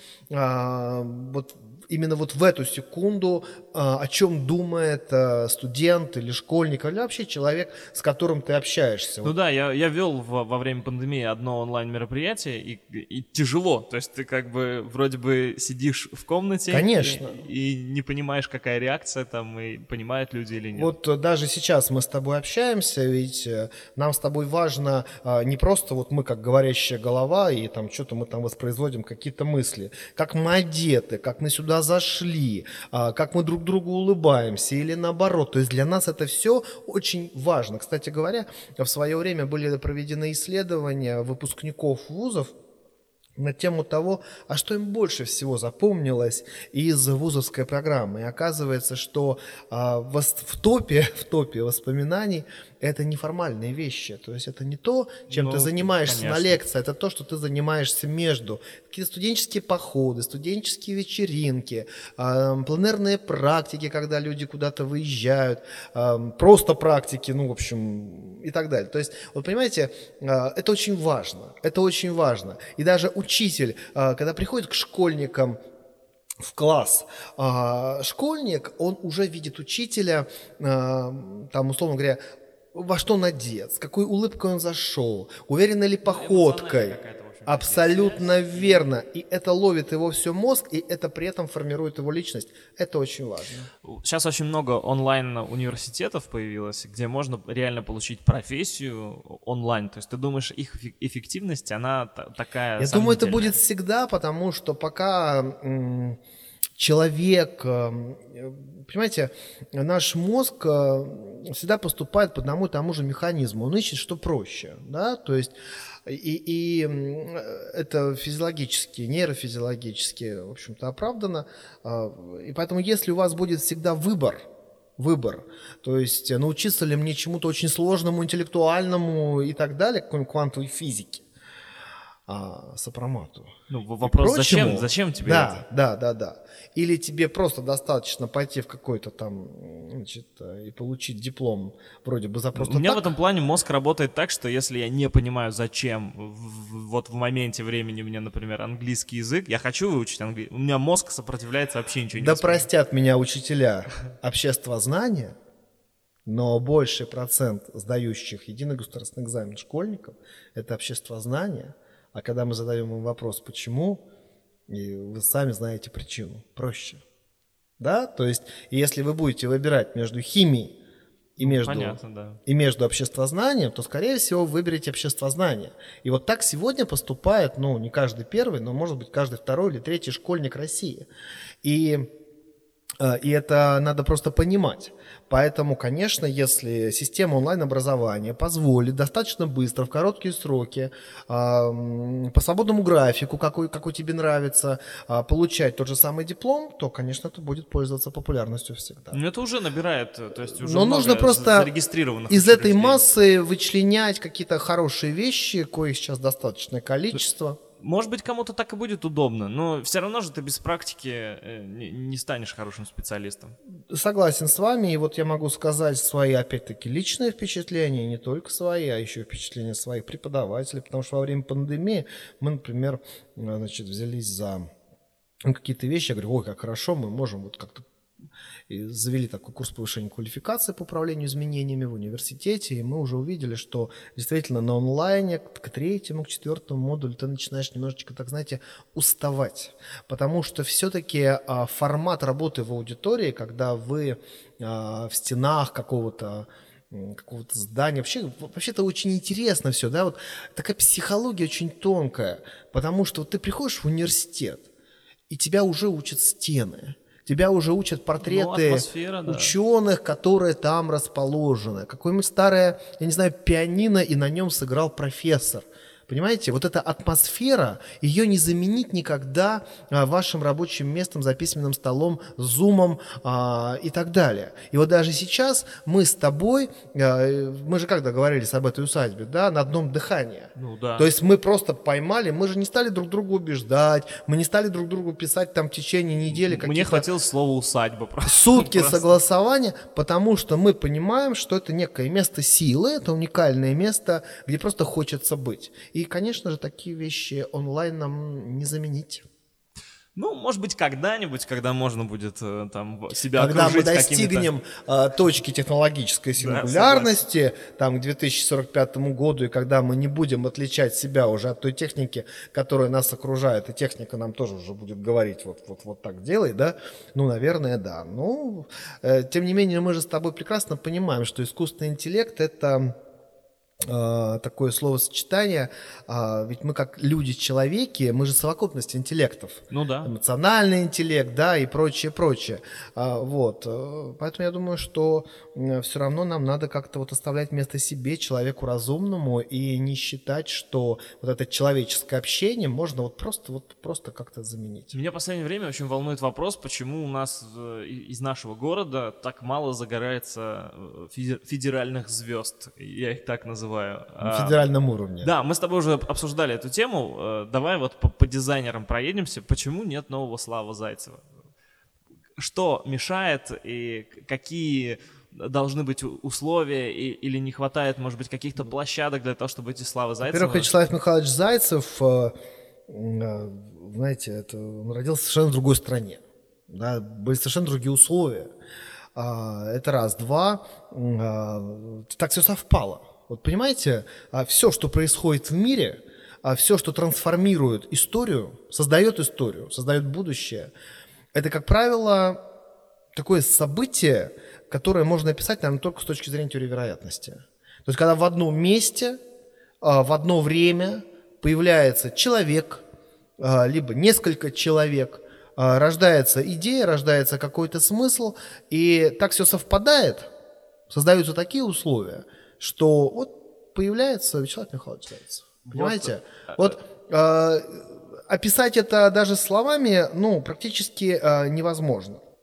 вот именно вот в эту секунду, о чем думает студент или школьник, или вообще человек, с которым ты общаешься. Ну да, я, я вел во, во время пандемии одно онлайн-мероприятие, и, и тяжело. То есть ты как бы вроде бы сидишь в комнате, Конечно. И, и не понимаешь, какая реакция там, и понимают люди или нет. Вот даже сейчас мы с тобой общаемся, ведь нам с тобой важно не просто вот мы как говорящая голова, и там что-то мы там воспроизводим, какие-то мысли, как мы одеты, как мы сюда зашли, как мы друг другу улыбаемся или наоборот. То есть для нас это все очень важно. Кстати говоря, в свое время были проведены исследования выпускников вузов на тему того, а что им больше всего запомнилось из вузовской программы. И оказывается, что а, в, в, топе, в топе воспоминаний это неформальные вещи. То есть это не то, чем ну, ты занимаешься конечно. На лекции, это то, что ты занимаешься между. Какие-то студенческие походы, студенческие вечеринки, э, планерные практики, когда люди куда-то выезжают, э, просто практики, ну, в общем, и так далее. То есть, вот понимаете, э, это очень важно, это очень важно. И даже учитель, э, когда приходит к школьникам, в класс, э, школьник, он уже видит учителя, э, там, условно говоря, во что он одет, с какой улыбкой он зашел, уверенной ли походкой. Абсолютно верно. И это ловит его все мозг, и это при этом формирует его личность. Это очень важно. Сейчас очень много онлайн-университетов появилось, где можно реально получить профессию онлайн. То есть ты думаешь, их эффективность, она такая Я думаю, это будет всегда, потому что пока м- человек... Понимаете, наш мозг всегда поступает по одному и тому же механизму. Он ищет, что проще. Да? То есть и, и это физиологически, нейрофизиологически, в общем-то, оправдано. И поэтому, если у вас будет всегда выбор, выбор, то есть научиться ли мне чему-то очень сложному, интеллектуальному и так далее, какой-нибудь квантовой физике, а, сопромату. Ну, вопрос, прочему, зачем, зачем тебе да, это? Да, да, да. Или тебе просто достаточно пойти в какой-то там, значит, и получить диплом вроде бы за просто У меня так. в этом плане мозг работает так, что если я не понимаю, зачем, в, вот в моменте времени мне, например, английский язык, я хочу выучить английский, у меня мозг сопротивляется, вообще ничего не Да воспринимает. простят меня учителя обществознания, но больший процент сдающих единый государственный экзамен школьников – это обществознание. А когда мы задаем им вопрос «почему?», и вы сами знаете причину, проще. Да? То есть, если вы будете выбирать между химией и между, Понятно, да. и между обществознанием, то, скорее всего, вы выберете обществознание. И вот так сегодня поступает, ну, не каждый первый, но, может быть, каждый второй или третий школьник России. И, и это надо просто понимать. Поэтому, конечно, если система онлайн-образования позволит достаточно быстро, в короткие сроки, по свободному графику, какой, какой тебе нравится, получать тот же самый диплом, то, конечно, это будет пользоваться популярностью всегда. Ну, это уже набирает, то есть уже Но много нужно просто зарегистрированных из этой учреждений. массы вычленять какие-то хорошие вещи, коих сейчас достаточное количество. Может быть, кому-то так и будет удобно, но все равно же ты без практики не, не станешь хорошим специалистом. Согласен с вами, и вот я могу сказать свои, опять-таки, личные впечатления, не только свои, а еще впечатления своих преподавателей, потому что во время пандемии мы, например, значит, взялись за какие-то вещи, я говорю, ой, как хорошо, мы можем вот как-то и завели такой курс повышения квалификации по управлению изменениями в университете, и мы уже увидели, что действительно на онлайне к третьему, к четвертому модулю ты начинаешь немножечко, так знаете, уставать, потому что все-таки а, формат работы в аудитории, когда вы а, в стенах какого-то какого-то здания. Вообще, вообще-то очень интересно все, да, вот такая психология очень тонкая, потому что вот ты приходишь в университет, и тебя уже учат стены. Тебя уже учат портреты ну, да. ученых, которые там расположены. Какое-нибудь старое, я не знаю, пианино, и на нем сыграл профессор. Понимаете, вот эта атмосфера, ее не заменить никогда а, вашим рабочим местом, за письменным столом, зумом а, и так далее. И вот даже сейчас мы с тобой, а, мы же как договорились об этой усадьбе, да, на одном дыхании. Ну, да. То есть мы просто поймали, мы же не стали друг друга убеждать, мы не стали друг другу писать там в течение недели какие-то... Мне хватило слова «усадьба». Просто. Сутки просто. согласования, потому что мы понимаем, что это некое место силы, это уникальное место, где просто хочется быть. И, конечно же, такие вещи онлайн нам не заменить. Ну, может быть, когда-нибудь, когда можно будет э, там себя когда окружить мы достигнем э, точки технологической сингулярности, да, там, к две тысячи сорок пятому году, и когда мы не будем отличать себя уже от той техники, которая нас окружает, и техника нам тоже уже будет говорить, вот, вот, вот так делай, да, ну, наверное, да. Ну, э, тем не менее, мы же с тобой прекрасно понимаем, что искусственный интеллект — это... такое словосочетание, ведь мы как люди-человеки, мы же совокупность интеллектов. Ну да. Эмоциональный интеллект, да, и прочее, прочее. Вот. Поэтому я думаю, что все равно нам надо как-то вот оставлять место себе, человеку разумному, и не считать, что вот это человеческое общение можно вот просто, вот просто как-то заменить. Меня в последнее время очень волнует вопрос, почему у нас из нашего города так мало загорается федеральных звезд, я их так называю. На федеральном уровне. Да, мы с тобой уже обсуждали эту тему. Давай вот по, по дизайнерам проедемся. Почему нет нового Славы Зайцева? Что мешает и какие должны быть условия, и, или не хватает, может быть, каких-то площадок для того, чтобы эти Славы Зайцева... Во-первых, Вячеслав Михайлович Зайцев, знаете, это, он родился в совершенно другой стране. Да, были совершенно другие условия. Это раз. Два. Так все совпало. Вот понимаете, все, что происходит в мире, все, что трансформирует историю, создает историю, создает будущее, это, как правило, такое событие, которое можно описать, наверное, только с точки зрения теории вероятности. То есть, когда в одном месте, в одно время появляется человек, либо несколько человек, рождается идея, рождается какой-то смысл, и так все совпадает, создаются такие условия, что вот появляется Вячеслав Михайлович Зайцев. Понимаете? Вот, вот э, описать это даже словами, ну, практически э, невозможно.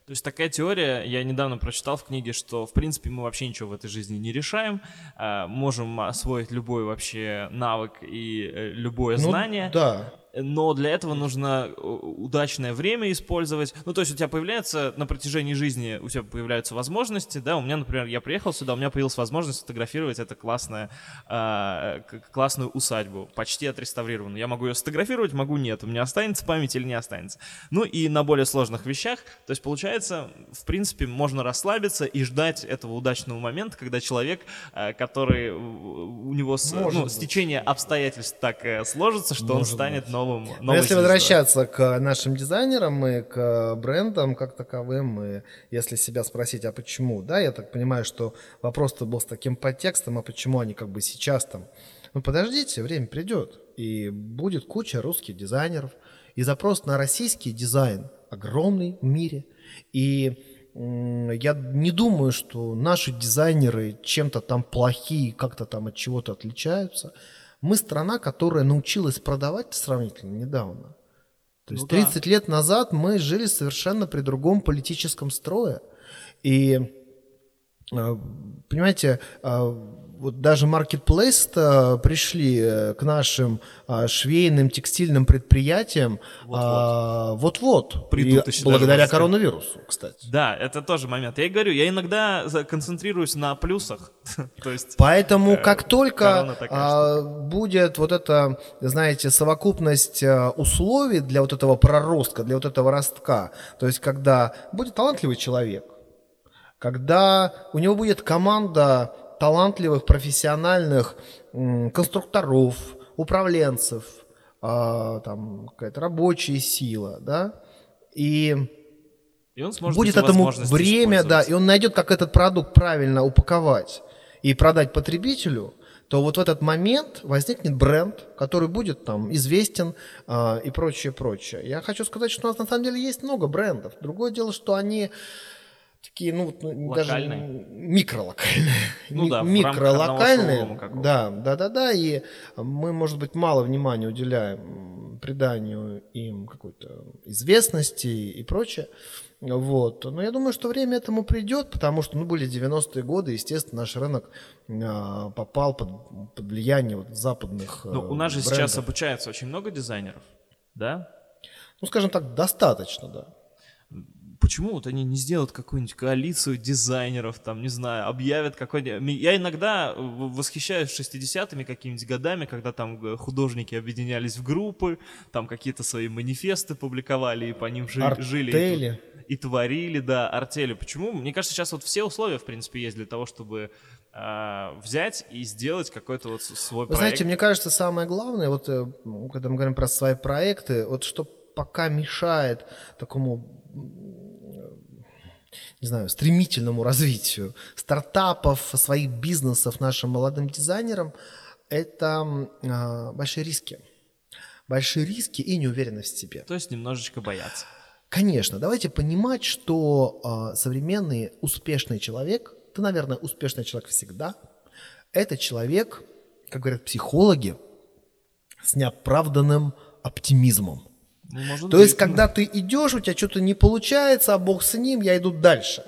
То есть такая теория, я недавно прочитал в книге, что в принципе мы вообще ничего в этой жизни не решаем, можем освоить любой вообще навык и любое Ну, знание. да. Но для этого нужно удачное время использовать. Ну, то есть у тебя появляется на протяжении жизни, у тебя появляются возможности, да, у меня, например, я приехал сюда, у меня появилась возможность фотографировать эту классную, э, классную усадьбу, почти отреставрированную. Я могу ее сфотографировать, могу нет, у меня останется память или не останется. Ну и на более сложных вещах, то есть получается, в принципе, можно расслабиться и ждать этого удачного момента, когда человек, э, который у него с, ну, стечение обстоятельств так э, сложится, что Может он станет быть. новым. Но если возвращаться к нашим дизайнерам и к брендам как таковым, и если себя спросить, а почему, да, я так понимаю, что вопрос-то был с таким подтекстом, а почему они как бы сейчас там, ну подождите, время придет, и будет куча русских дизайнеров, и запрос на российский дизайн огромный в мире, и я не думаю, что наши дизайнеры чем-то там плохие, как-то там от чего-то отличаются. Мы страна, которая научилась продавать сравнительно недавно. То есть ну, тридцать да. лет назад мы жили совершенно при другом политическом строе. И, понимаете, вот даже маркетплейс-то пришли к нашим швейным, текстильным предприятиям вот-вот. Вот-вот. И благодаря коронавирусу, кстати. Да, это тоже момент. Я и говорю, я иногда концентрируюсь на плюсах. То есть, Поэтому как только будет вот эта, знаете, совокупность условий для вот этого проростка, для вот этого ростка, то есть когда будет талантливый человек, когда у него будет команда талантливых, профессиональных м, конструкторов, управленцев, э, там какая-то рабочая сила, да, и, и он сможет будет этому время, да, и он найдет, как этот продукт правильно упаковать и продать потребителю, то вот в этот момент возникнет бренд, который будет там известен э, и прочее, прочее. Я хочу сказать, что у нас на самом деле есть много брендов. Другое дело, что они такие, ну, даже микролокальные. Ну да, микролокальные. Да, да, да, да. И мы, может быть, мало внимания уделяем приданию им какой-то известности и прочее. Вот. Но я думаю, что время этому придет, потому что, ну, были девяностые годы, естественно, наш рынок а, попал под, под влияние вот западных Ну, у нас же брендов. сейчас обучается очень много дизайнеров, да? Ну, скажем так, достаточно, да. Почему вот они не сделают какую-нибудь коалицию дизайнеров, там, не знаю, объявят какой-нибудь... Я иногда восхищаюсь шестидесятыми какими-нибудь годами, когда там художники объединялись в группы, там какие-то свои манифесты публиковали и по ним жи- жили и, и творили, да, артели. Почему? Мне кажется, сейчас вот все условия, в принципе, есть для того, чтобы э, взять и сделать какой-то вот свой проект. Вы знаете, мне кажется, самое главное, вот когда мы говорим про свои проекты, вот что пока мешает такому, не знаю, стремительному развитию стартапов, своих бизнесов нашим молодым дизайнерам, это э, большие риски. Большие риски и неуверенность в себе. То есть немножечко бояться. Конечно. Давайте понимать, что э, современный успешный человек, ты, наверное, успешный человек всегда, это человек, как говорят психологи, с неоправданным оптимизмом. Ну, может То быть, есть, ну... когда ты идешь, у тебя что-то не получается, а бог с ним, я иду дальше.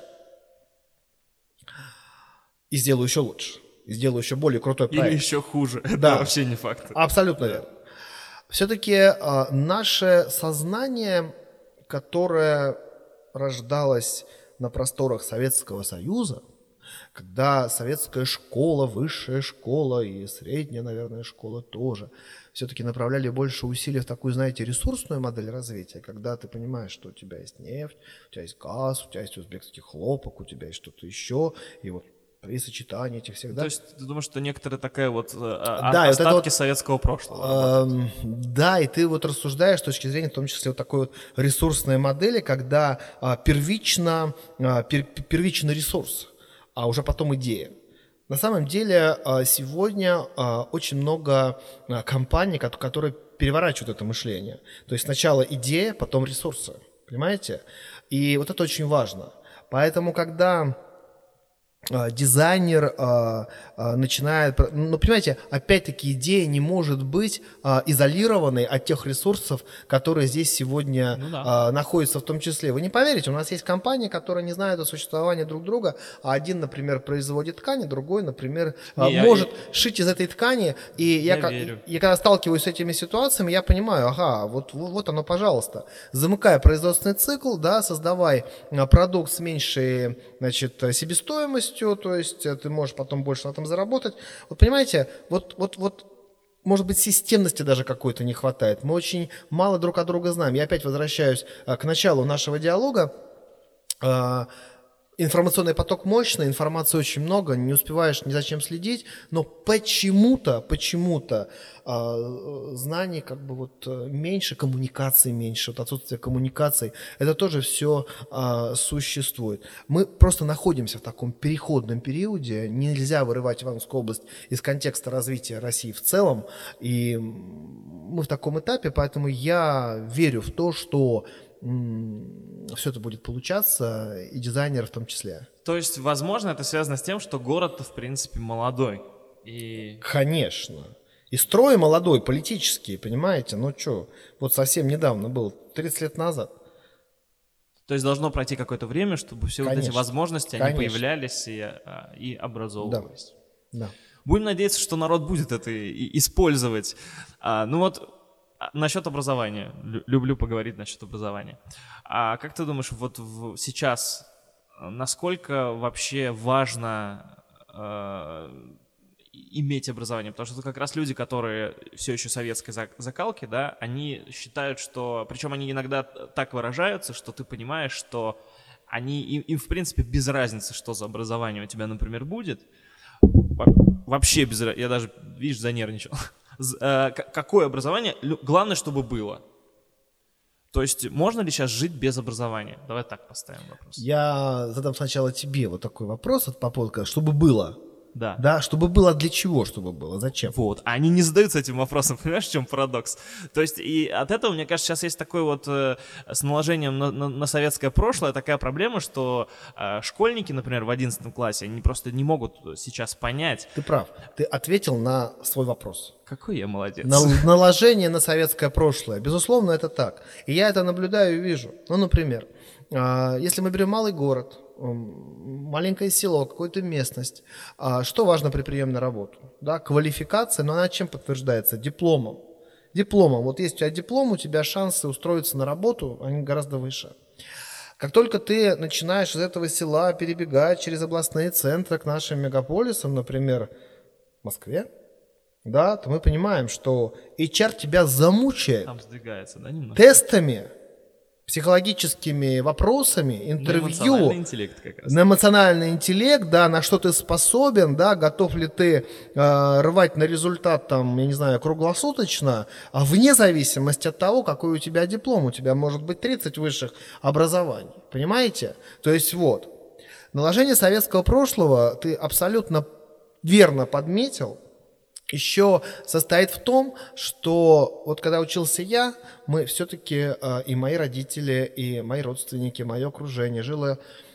И сделаю еще лучше. И сделаю еще более крутой проект. Или еще хуже. Да. Это вообще не факт. Абсолютно верно. Все-таки а, наше сознание, которое рождалось на просторах Советского Союза, когда советская школа, высшая школа и средняя, наверное, школа тоже все-таки направляли больше усилий в такую, знаете, ресурсную модель развития, когда ты понимаешь, что у тебя есть нефть, у тебя есть газ, у тебя есть узбекский хлопок, у тебя есть что-то еще, и вот при сочетании этих всех... Да? То есть ты думаешь, что некоторые такая вот а, да, остатки вот вот, советского прошлого? Э, да, и ты вот рассуждаешь с точки зрения, в том числе, вот такой вот ресурсной модели, когда а, первично, а, пер, первичный ресурс, а уже потом идея. На самом деле сегодня очень много компаний, которые переворачивают это мышление. То есть сначала идея, потом ресурсы. Понимаете? И вот это очень важно. Поэтому, когда дизайнер а, а, начинает... Ну, понимаете, опять-таки идея не может быть а, изолированной от тех ресурсов, которые здесь сегодня ну, да. а, находятся в том числе. Вы не поверите, у нас есть компании, которые не знают о существовании друг друга, а один, например, производит ткани, другой, например, не, а, может я, шить из этой ткани. И я, я, я, я когда сталкиваюсь с этими ситуациями, я понимаю, ага, вот, вот оно, пожалуйста. Замыкай производственный цикл, да, создавай продукт с меньшей, значит, себестоимостью, то есть ты можешь потом больше на этом заработать. Вот понимаете, вот, вот, вот, может быть, системности даже какой-то не хватает. Мы очень мало друг от друга знаем. Я опять возвращаюсь к началу нашего диалога. Информационный поток мощный, информации очень много, не успеваешь ни за чем следить, но почему-то, почему-то э, знаний как бы вот меньше, коммуникации меньше, вот отсутствие коммуникаций, это тоже все э, существует. Мы просто находимся в таком переходном периоде, нельзя вырывать Ивановскую область из контекста развития России в целом, и мы в таком этапе, поэтому я верю в то, что все это будет получаться, и дизайнеры в том числе. То есть, возможно, это связано с тем, что город-то, в принципе, молодой. И... Конечно. И строй молодой, политический, понимаете? Ну что, вот совсем недавно был, тридцать лет назад. То есть должно пройти какое-то время, чтобы все Конечно. Вот эти возможности, они Конечно. Появлялись и, и образовывались. Да. Да. Будем надеяться, что народ будет это использовать. А, ну вот... Насчет образования. Люблю поговорить насчет образования. А как ты думаешь, вот в, сейчас насколько вообще важно э, иметь образование? Потому что это как раз люди, которые все еще советской закалки, да, они считают, что... Причем они иногда так выражаются, что ты понимаешь, что они, им, им в принципе без разницы, что за образование у тебя, например, будет. Вообще без разницы. Я даже, видишь, занервничал. Какое образование, главное, чтобы было. То есть можно ли сейчас жить без образования? Давай так поставим вопрос. Я задам сначала тебе вот такой вопрос от Попотка, чтобы было. Да. Да, чтобы было, для чего, чтобы было, зачем? Вот, а они не задаются этим вопросом, понимаешь, в чем парадокс? То есть и от этого, мне кажется, сейчас есть такой вот э, с наложением на, на, на советское прошлое такая проблема, что э, школьники, например, в одиннадцатом классе, они просто не могут сейчас понять. Ты прав, ты ответил на свой вопрос. Какой я молодец. На, наложение на советское прошлое, безусловно, это так. И я это наблюдаю и вижу. Ну, например, э, если мы берем малый город, маленькое село, какую-то местность. Что важно при приеме на работу? Да, квалификация, но она чем подтверждается? Дипломом. Дипломом. Вот есть у тебя диплом, у тебя шансы устроиться на работу, они гораздо выше. Как только ты начинаешь из этого села перебегать через областные центры к нашим мегаполисам, например, в Москве, да, то мы понимаем, что эйч ар тебя замучает. Там сдвигается, да, немножко? Тестами, психологическими вопросами, интервью, на эмоциональный интеллект, как раз. На эмоциональный интеллект, да, на что ты способен, да, готов ли ты э, рвать на результат, там, я не знаю, круглосуточно, а вне зависимости от того, какой у тебя диплом, у тебя может быть тридцать высших образований, понимаете? То есть вот, наложение советского прошлого ты абсолютно верно подметил, еще состоит в том, что вот когда учился я, мы все-таки, э, и мои родители, и мои родственники, мое окружение жило,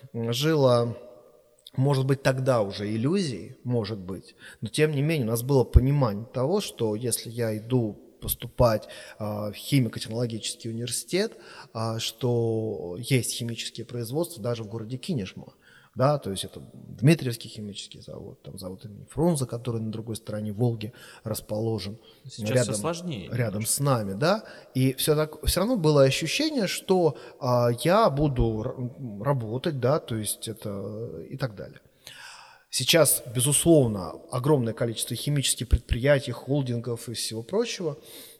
жило, может быть, тогда уже иллюзией, может быть, но тем не менее у нас было понимание того, что если я иду поступать э, в химико-технологический университет, э, что есть химические производства даже в городе Кинешма. Да, то есть это Дмитриевский химический завод, там завод имени Фрунзе, который на другой стороне Волги расположен. Сейчас рядом, все сложнее. Рядом с нами, да. И все, так, все равно было ощущение, что а, я буду работать, да, то есть это и так далее. Сейчас, безусловно, огромное количество химических предприятий, холдингов и всего прочего,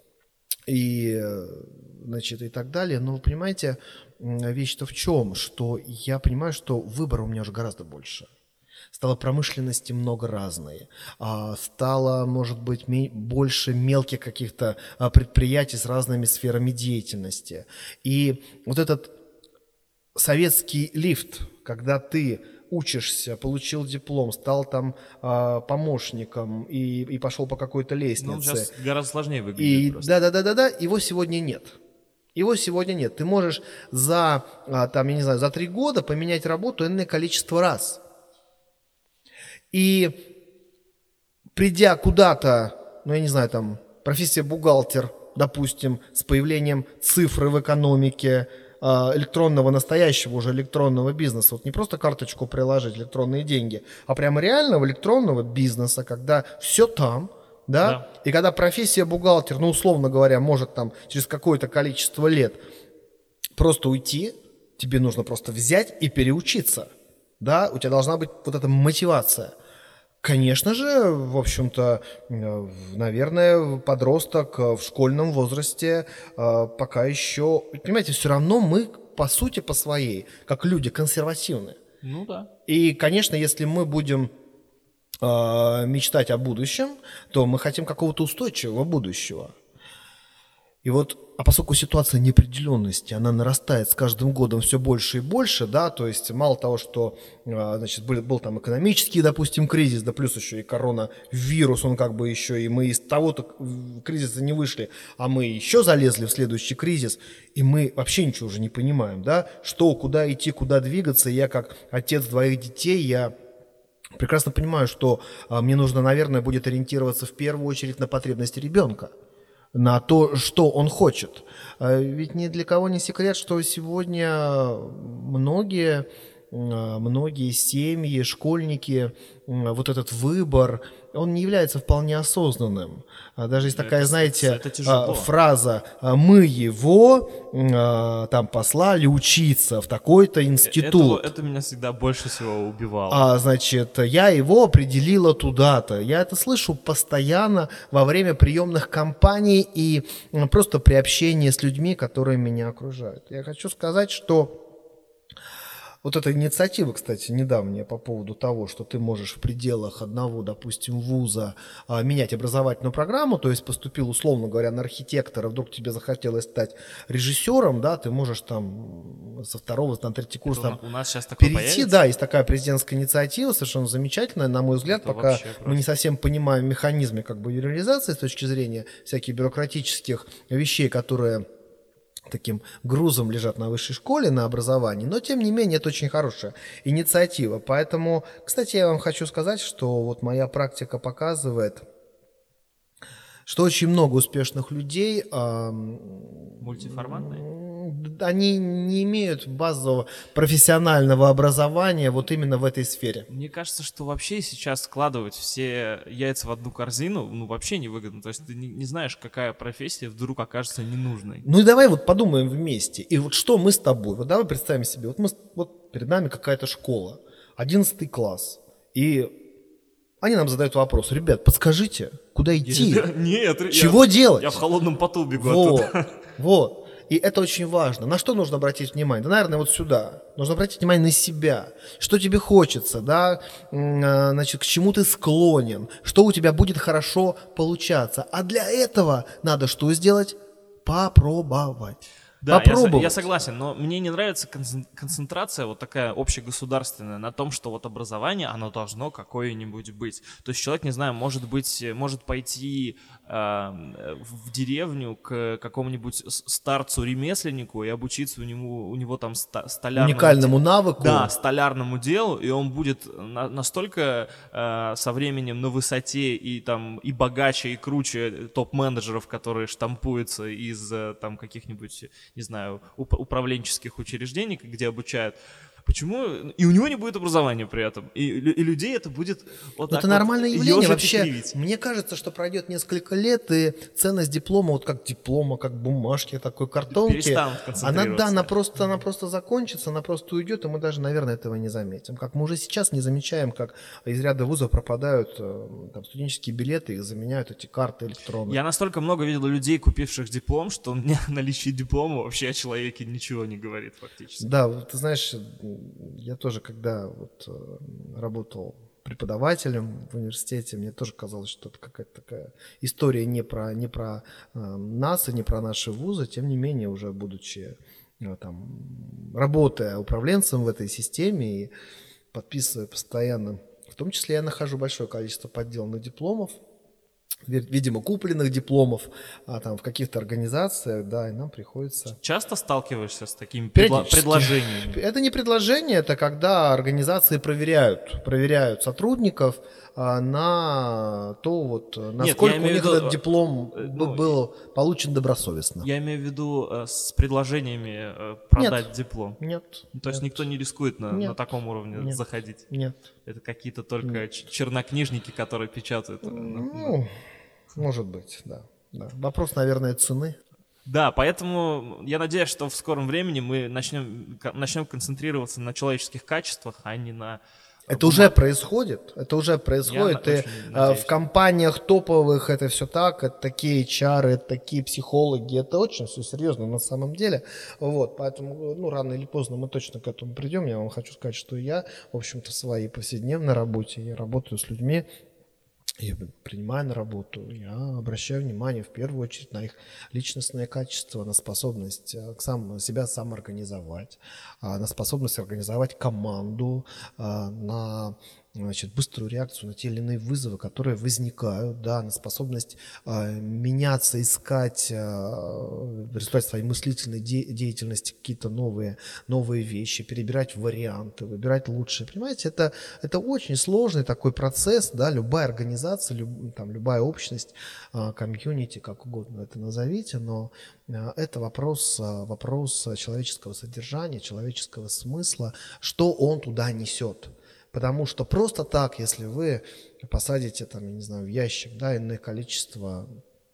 и, значит, и так далее. Но вы понимаете, вещь-то в чем? Что я понимаю, что выбора у меня уже гораздо больше. Стало промышленности много разной. Стало, может быть, больше мелких каких-то предприятий с разными сферами деятельности. И вот этот советский лифт, когда ты учишься, получил диплом, стал там э, помощником и, и пошел по какой-то лестнице. Ну, сейчас гораздо сложнее выглядит. И, да, да, да, да, да, его сегодня нет. Его сегодня нет. Ты можешь за, там, я не знаю, за три года поменять работу энное количество раз. И придя куда-то, ну я не знаю, там профессия бухгалтер, допустим, с появлением цифры в экономике, электронного, настоящего уже электронного бизнеса. Вот не просто карточку приложить, электронные деньги, а прямо реального электронного бизнеса, когда все там, да? Да. И когда профессия бухгалтер, ну, условно говоря, может там через какое-то количество лет просто уйти, тебе нужно просто взять и переучиться, да? У тебя должна быть вот эта мотивация. Конечно же, в общем-то, наверное, подросток в школьном возрасте пока еще... Понимаете, все равно мы, по сути, по своей, как люди, консервативны. Ну да. И, конечно, если мы будем э, мечтать о будущем, то мы хотим какого-то устойчивого будущего. И вот, а поскольку ситуация неопределенности, она нарастает с каждым годом все больше и больше, да, то есть мало того, что, значит, был, был там экономический, допустим, кризис, да плюс еще и коронавирус, он как бы еще, и мы из того-то кризиса не вышли, а мы еще залезли в следующий кризис, и мы вообще ничего уже не понимаем, да, что, куда идти, куда двигаться. Я как отец двоих детей, я прекрасно понимаю, что а, мне нужно, наверное, будет ориентироваться в первую очередь на потребности ребенка, на то, что он хочет. Ведь ни для кого не секрет, что сегодня многие, многие семьи, школьники, вот этот выбор, он не является вполне осознанным. Даже есть такая, это, знаете, это фраза «мы его там послали учиться в такой-то институт». Это, это меня всегда больше всего убивало. А, значит, я его определила туда-то. Я это слышу постоянно во время приемных кампаний и просто при общении с людьми, которые меня окружают. Я хочу сказать, что вот эта инициатива, кстати, недавняя по поводу того, что ты можешь в пределах одного, допустим, вуза а, менять образовательную программу, то есть поступил, условно говоря, на архитектора, вдруг тебе захотелось стать режиссером, да, ты можешь там со второго, на третий курс там у нас сейчас такое перейти, появится? да, есть такая президентская инициатива, совершенно замечательная, на мой взгляд, Это пока мы не совсем понимаем механизмы как бы реализации с точки зрения всяких бюрократических вещей, которые таким грузом лежат на высшей школе, на образовании, но тем не менее это очень хорошая инициатива. Поэтому, кстати, я вам хочу сказать, что вот моя практика показывает, что очень много успешных людей, мультиформатные, они не имеют базового профессионального образования вот именно в этой сфере. Мне кажется, что вообще сейчас складывать все яйца в одну корзину, ну, вообще невыгодно. То есть ты не, не знаешь, какая профессия вдруг окажется ненужной. Ну и давай вот подумаем вместе. И вот что мы с тобой, вот давай представим себе, вот, мы, вот перед нами какая-то школа, одиннадцатый класс, и они нам задают вопрос: ребят, подскажите, куда идти? Нет, чего я, делать? Я в холодном поту бегу вот, оттуда. Вот. И это очень важно. На что нужно обратить внимание? Да, наверное, вот сюда. Нужно обратить внимание на себя. Что тебе хочется, да? Значит, к чему ты склонен? Что у тебя будет хорошо получаться? А для этого надо что сделать? Попробовать. Да, Попробовать. Я, я согласен, но мне не нравится концентрация вот такая общегосударственная на том, что вот образование, оно должно какое-нибудь быть. То есть человек, не знаю, может быть, может пойти э, в деревню к какому-нибудь старцу-ремесленнику и обучиться у него, у него там ста- столярному уникальному навыку. Да, столярному делу, и он будет на, настолько э, со временем на высоте и там и богаче, и круче топ-менеджеров, которые штампуются из там каких-нибудь, не знаю, уп- управленческих учреждений, где обучают. Почему? И у него не будет образования при этом. И, и людей это будет вот Но так это нормальное вот явление. Вообще, кривить. мне кажется, что пройдет несколько лет, и ценность диплома, вот как диплома, как бумажки, такой картонки, она, да, она просто, она просто закончится, она просто уйдет, и мы даже, наверное, этого не заметим. Как мы уже сейчас не замечаем, как из ряда вузов пропадают там, студенческие билеты, их заменяют эти карты электронные. Я настолько много видел людей, купивших диплом, что мне наличие диплома вообще о человеке ничего не говорит фактически. Да, ты знаешь, я тоже, когда вот работал преподавателем в университете, мне тоже казалось, что это какая-то такая история не про, не про э, нас и не про наши вузы. Тем не менее, уже будучи э, там, работая управленцем в этой системе и подписывая постоянно, в том числе я нахожу большое количество подделанных дипломов, видимо, купленных дипломов а, там, в каких-то организациях, да, и нам приходится... Часто сталкиваешься с такими предло- предложениями? Это не предложение, это когда организации проверяют, проверяют сотрудников а, на то, вот, насколько Нет, у них виду, этот диплом ну, был получен добросовестно. Я имею в виду э, с предложениями э, продать Нет, диплом. Нет. Ну, то есть нет. никто не рискует на, нет, на таком уровне нет, заходить? Нет. Это какие-то только нет. чернокнижники, которые печатают? Ну, может быть, да. да. Вопрос, наверное, цены. Да, поэтому я надеюсь, что в скором времени мы начнем, начнем концентрироваться на человеческих качествах, а не на... Это бумаг. уже происходит, это уже происходит, и в компаниях топовых это все так, это такие эйч ар, это такие психологи, это очень все серьезно на самом деле, вот, поэтому, ну, рано или поздно мы точно к этому придем. Я вам хочу сказать, что я, в общем-то, в своей повседневной работе, я работаю с людьми, я принимаю на работу, я обращаю внимание в первую очередь на их личностные качества, на способность к сам, себя самоорганизовать, на способность организовать команду, на, значит, быструю реакцию на те или иные вызовы, которые возникают, да, на способность меняться, искать в результате своей мыслительной де- деятельности какие-то новые, новые вещи, перебирать варианты, выбирать лучшие. Понимаете, это, это очень сложный такой процесс, да, любая организация, люб, там, любая общность, комьюнити, как угодно это назовите, но это вопрос, вопрос человеческого содержания, человеческого смысла, что он туда несет. Потому что просто так, если вы посадите там, я не знаю, в ящик, да, иное количество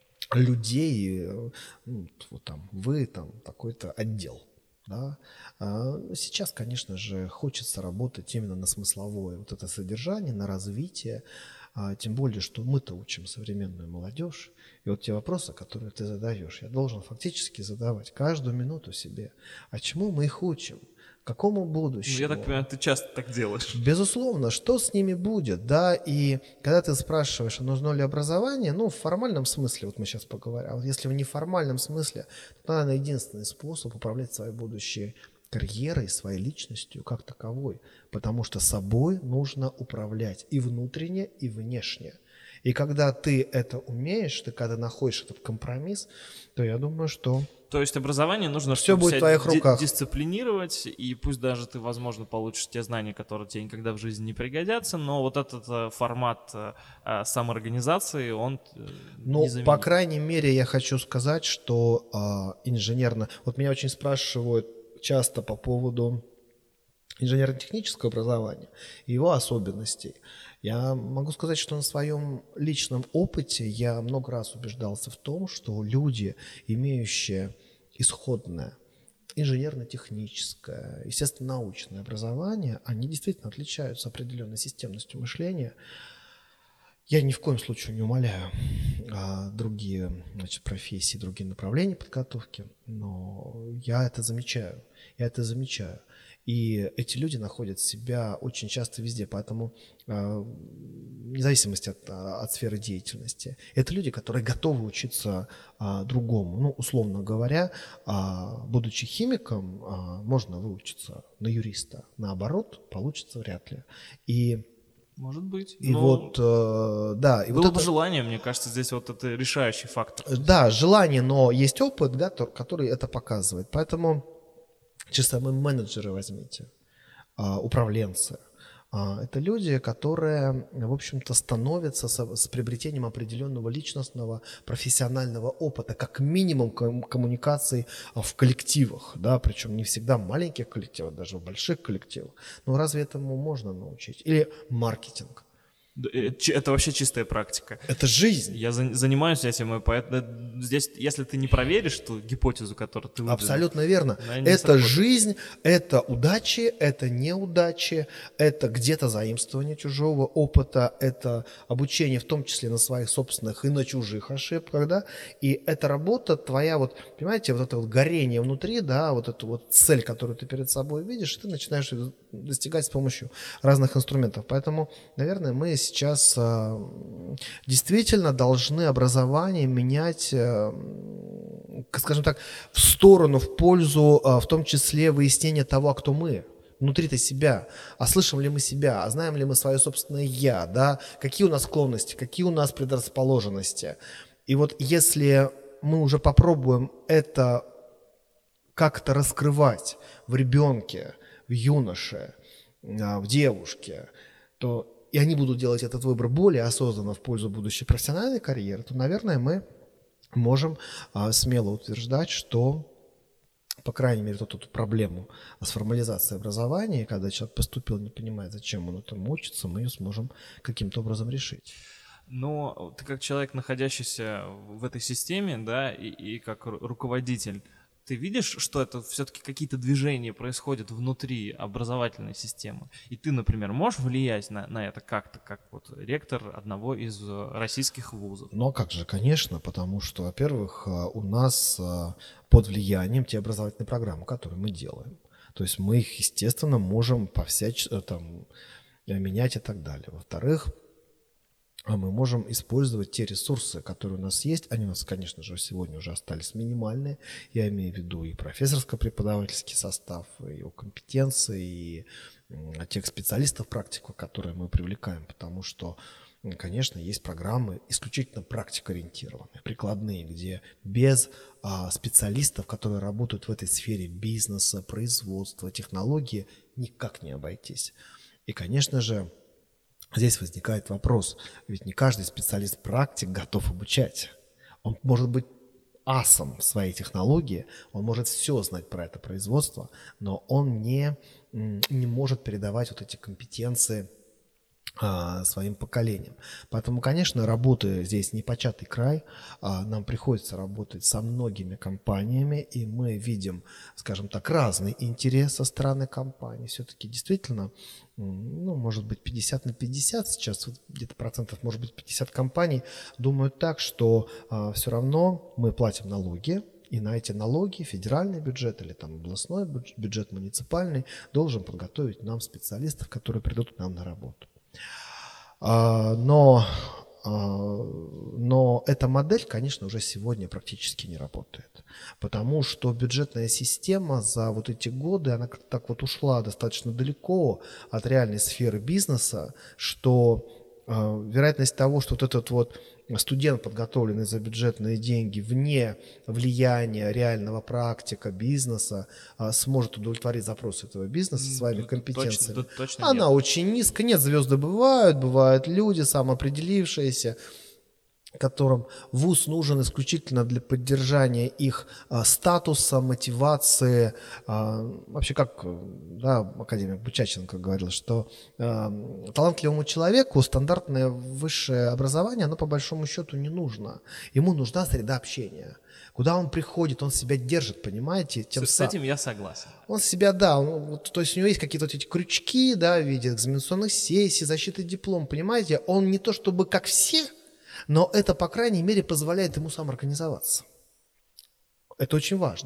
людей, ну, вот там, вы там такой-то отдел, да, а сейчас, конечно же, хочется работать именно на смысловое вот это содержание, на развитие, а тем более, что мы-то учим современную молодежь, и вот те вопросы, которые ты задаешь, я должен фактически задавать каждую минуту себе, а чему мы их учим? Какому будущему? Ну, я так понимаю, ты часто так делаешь. Безусловно, что с ними будет, да, и когда ты спрашиваешь, а нужно ли образование, ну, в формальном смысле, вот мы сейчас поговорим, а вот если в неформальном смысле, то, наверное, единственный способ управлять своей будущей карьерой, своей личностью как таковой, потому что собой нужно управлять и внутренне, и внешне. И когда ты это умеешь, ты когда находишь этот компромисс, то я думаю, что... То есть образование нужно все будет в твоих руках. Дисциплинировать, и пусть даже ты, возможно, получишь те знания, которые тебе никогда в жизни не пригодятся, но вот этот э, формат э, самоорганизации, он э, Ну, по крайней мере, я хочу сказать, что э, инженерно... Вот меня очень спрашивают часто по поводу инженерно-технического образования и его особенностей. Я могу сказать, что на своем личном опыте я много раз убеждался в том, что люди, имеющие исходное инженерно-техническое, естественно-научное образование, они действительно отличаются определенной системностью мышления. Я ни в коем случае не умаляю а, другие, значит, профессии, другие направления подготовки, но я это замечаю, я это замечаю. И эти люди находят себя очень часто везде, поэтому э, вне зависимости от, от сферы деятельности. Это люди, которые готовы учиться э, другому. Ну, условно говоря, э, будучи химиком, э, можно выучиться на юриста. Наоборот, получится вряд ли. И Может быть. И вот, э, да. И было вот бы это, желание, мне кажется, здесь вот это решающий фактор. Да, желание, но есть опыт, да, который это показывает. Поэтому... Те самые менеджеры возьмите, управленцы. Это люди, которые, в общем-то, становятся с приобретением определенного личностного, профессионального опыта, как минимум коммуникации в коллективах, да, причем не всегда в маленьких коллективах, даже в больших коллективах. Но разве этому можно научить? Или маркетинг. Это вообще чистая практика. Это жизнь. Я за, занимаюсь этим, и поэтому здесь, если ты не проверишь ту гипотезу, которую ты выдвинул... Абсолютно верно. Это жизнь, это удачи, это неудачи, это где-то заимствование чужого опыта, это обучение в том числе на своих собственных и на чужих ошибках, да, и эта работа твоя, вот, понимаете, вот это вот горение внутри, да, вот эту вот цель, которую ты перед собой видишь, ты начинаешь достигать с помощью разных инструментов. Поэтому, наверное, мы сейчас э, действительно должны образование менять, э, скажем так, в сторону, в пользу, э, в том числе выяснения того, кто мы. внутри-то себя, а слышим ли мы себя, а знаем ли мы свое собственное «я», да, какие у нас склонности, какие у нас предрасположенности. И вот если мы уже попробуем это как-то раскрывать в ребенке, в юноше, в девушке, то и они будут делать этот выбор более осознанно в пользу будущей профессиональной карьеры, то, наверное, мы можем а, смело утверждать, что, по крайней мере, вот эту проблему с формализацией образования, когда человек поступил, не понимает, зачем он этому учится, мы ее сможем каким-то образом решить. Но ты как человек, находящийся в этой системе, да, и, и как ру- руководитель, ты видишь, что это все-таки какие-то движения происходят внутри образовательной системы? И ты, например, можешь влиять на, на это как-то, как вот ректор одного из российских вузов? Ну, а как же, конечно, потому что, во-первых, у нас под влиянием те образовательные программы, которые мы делаем. То есть мы их, естественно, можем повсяч... там, менять и так далее. Во-вторых, мы можем использовать те ресурсы, которые у нас есть. Они у нас, конечно же, сегодня уже остались минимальные. Я имею в виду и профессорско-преподавательский состав, и его компетенции, и тех специалистов, практику, которые мы привлекаем, потому что, конечно, есть программы исключительно практикоориентированные, прикладные, где без а, специалистов, которые работают в этой сфере бизнеса, производства, технологии, никак не обойтись. И, конечно же, здесь возникает вопрос, ведь не каждый специалист-практик готов обучать. Он может быть асом в своей технологии, он может все знать про это производство, но он не, не может передавать вот эти компетенции а, своим поколениям. Поэтому, конечно, работая здесь непочатый край, а, нам приходится работать со многими компаниями, и мы видим, скажем так, разный интерес со стороны компаний. Все-таки действительно, ну, может быть, пятьдесят на пятьдесят сейчас, вот где-то процентов, может быть, пятьдесят компаний думают так, что а, все равно мы платим налоги, и на эти налоги федеральный бюджет или там областной бюджет, муниципальный должен подготовить нам специалистов, которые придут к нам на работу. Но, но эта модель, конечно, уже сегодня практически не работает, потому что бюджетная система за вот эти годы, она как-то так вот ушла достаточно далеко от реальной сферы бизнеса, что вероятность того, что вот этот вот студент, подготовленный за бюджетные деньги, вне влияния реального практика бизнеса, сможет удовлетворить запросы этого бизнеса своими компетенциями. Точно, точно Она нет. очень низкая. Нет, звезды бывают, бывают люди, самоопределившиеся, которым вуз нужен исключительно для поддержания их а, статуса, мотивации. А, вообще, как да, академик Бучаченко говорил, что а, талантливому человеку стандартное высшее образование, оно по большому счету не нужно. Ему нужна среда общения. Куда он приходит, он себя держит, понимаете? Тем С, с этим я согласен. Он себя, да, он, вот, то есть у него есть какие-то вот эти крючки, да, в виде экзаменационных сессий, защиты диплома, понимаете? Он не то чтобы как все, но это, по крайней мере, позволяет ему самоорганизоваться. Это очень важно.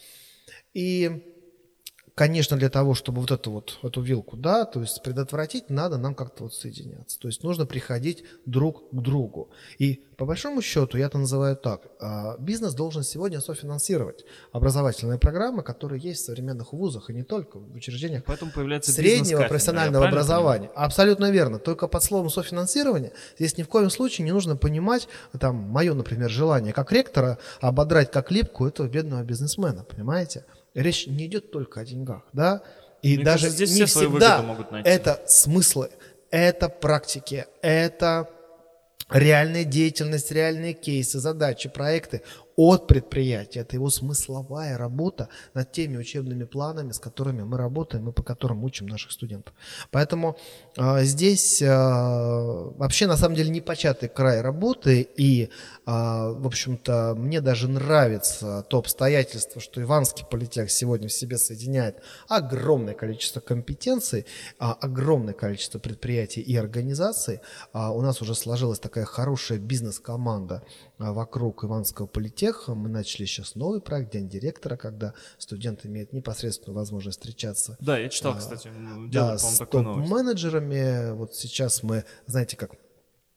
И, конечно, для того, чтобы вот эту вот эту вилку, да, то есть предотвратить, надо нам как-то вот соединяться. То есть нужно приходить друг к другу. И по большому счету, я это называю так, бизнес должен сегодня софинансировать образовательные программы, которые есть в современных вузах, и не только в учреждениях Поэтому появляется среднего профессионального образования. Понимаю? Абсолютно верно. Только под словом софинансирование здесь ни в коем случае не нужно понимать, там, мое, например, желание как ректора ободрать как липку этого бедного бизнесмена, понимаете? Речь не идет только о деньгах, да? И Мне даже кажется, здесь не все свои всегда выгоды могут найти. это смыслы, это практики, это реальная деятельность, реальные кейсы, задачи, проекты от предприятия. Это его смысловая работа над теми учебными планами, с которыми мы работаем и по которым учим наших студентов. Поэтому э, здесь э, вообще на самом деле непочатый край работы. И, э, в общем-то, мне даже нравится то обстоятельство, что Иванский политех сегодня в себе соединяет огромное количество компетенций, э, огромное количество предприятий и организаций. Э, у нас уже сложилась такая хорошая бизнес-команда э, вокруг Иванского политеха. Мы начали сейчас новый проект «День директора», когда студенты имеют непосредственную возможность встречаться. Да, я читал, кстати, делали, да, по-моему, с такую новость. топ-менеджерами. Вот сейчас мы, знаете, как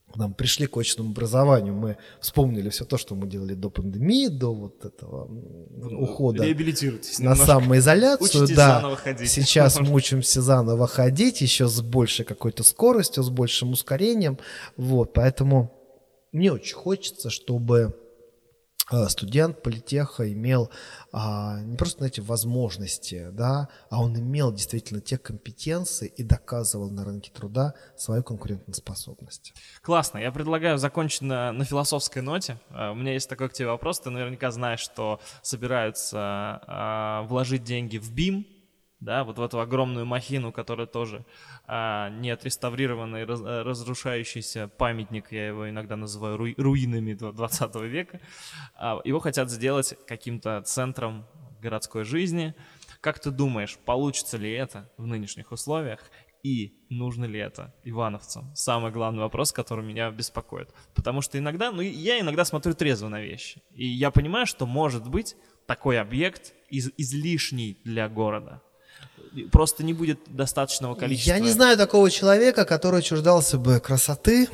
к нам пришли к очному образованию, мы вспомнили все то, что мы делали до пандемии, до вот этого ухода Реабилитируйтесь на немножко. самоизоляцию. Учитесь Да, заново ходить. сейчас мы учимся заново ходить, еще с большей какой-то скоростью, с большим ускорением. Вот, поэтому мне очень хочется, чтобы студент политеха имел а, не просто, знаете, возможности, да, а он имел действительно те компетенции и доказывал на рынке труда свою конкурентоспособность. Классно. Я предлагаю закончить на, на философской ноте. Uh, у меня есть такой к тебе вопрос. Ты наверняка знаешь, что собираются uh, вложить деньги в БИМ, да, вот в эту огромную махину, которая тоже а, не отреставрированный, раз, разрушающийся памятник, я его иногда называю ру, руинами двадцатого века. А, его хотят сделать каким-то центром городской жизни. Как ты думаешь, получится ли это в нынешних условиях и нужно ли это ивановцам? Самый главный вопрос, который меня беспокоит. Потому что иногда, ну я иногда смотрю трезво на вещи, и я понимаю, что может быть такой объект из, излишний для города. Просто не будет достаточного количества. Я не знаю такого человека, который чуждался бы красоты,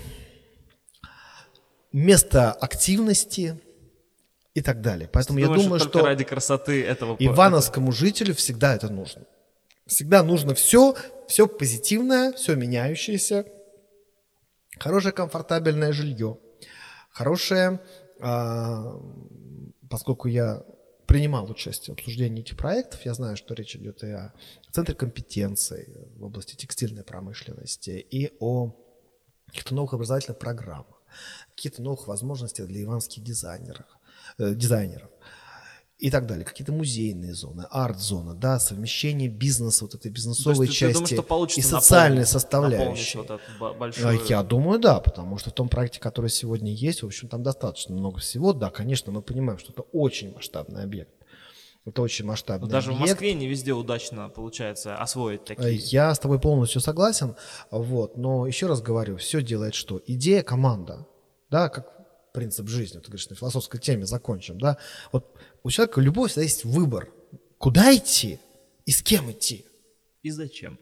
места активности и так далее. Поэтому я думаю, что, что ради красоты этого ивановскому жителю всегда это нужно. Всегда нужно все, все позитивное, все меняющееся, хорошее комфортабельное жилье, хорошее, а, поскольку я принимал участие в обсуждении этих проектов. Я знаю, что речь идет и о центре компетенций в области текстильной промышленности, и о каких-то новых образовательных программах, каких-то новых возможностях для ивановских дизайнеров, э, дизайнеров и так далее. Какие-то музейные зоны, арт-зона, да, совмещение бизнеса, вот этой бизнесовой части, думаешь, что получится и социальной наполнить, составляющей. Наполнить вот эту большую... Я думаю, да, потому что в том проекте, который сегодня есть, в общем, там достаточно много всего. Да, конечно, мы понимаем, что это очень масштабный объект. Это очень масштабный Но даже объект. в Москве не везде удачно получается освоить такие. Я с тобой полностью согласен, вот, но еще раз говорю, все делает что? Идея, команда, да, как принцип жизни, ты говоришь, на философской теме закончим, да. Вот у человека любовь всегда есть выбор, куда идти и с кем идти. И зачем?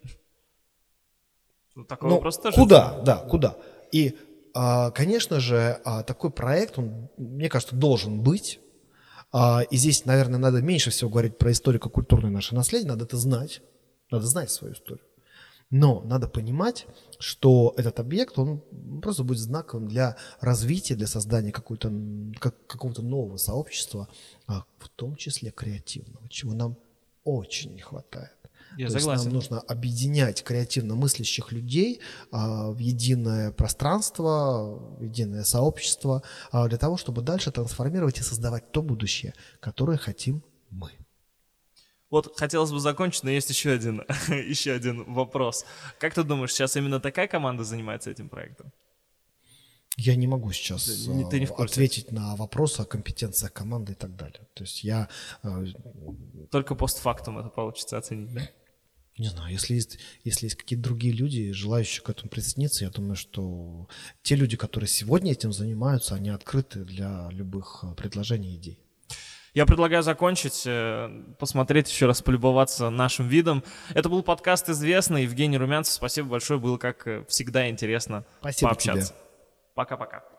Ну, такой ну, вопрос тоже. Куда, да, куда. И, конечно же, такой проект, он, мне кажется, должен быть. И здесь, наверное, надо меньше всего говорить про историко-культурное наше наследие, надо это знать, надо знать свою историю. Но надо понимать, что этот объект, он просто будет знаковым для развития, для создания какого-то, какого-то нового сообщества, в том числе креативного, чего нам очень не хватает. Я То согласен. есть нам нужно объединять креативно мыслящих людей а, в единое пространство, в единое сообщество, а, для того, чтобы дальше трансформировать и создавать то будущее, которое хотим мы. Вот хотелось бы закончить, но есть еще один, еще один вопрос. Как ты думаешь, сейчас именно такая команда занимается этим проектом? Я не могу сейчас ты, ты не в курсе. Ответить на вопросы о компетенциях команды и так далее. То есть я... Только постфактум это получится оценить, да? Не знаю, если есть, если есть какие-то другие люди, желающие к этому присоединиться, я думаю, что те люди, которые сегодня этим занимаются, они открыты для любых предложений и идей. Я предлагаю закончить, посмотреть еще раз, полюбоваться нашим видом. Это был подкаст «Известный». Евгений Румянцев, спасибо большое, было, как всегда, интересно Спасибо пообщаться. тебе. Пока-пока.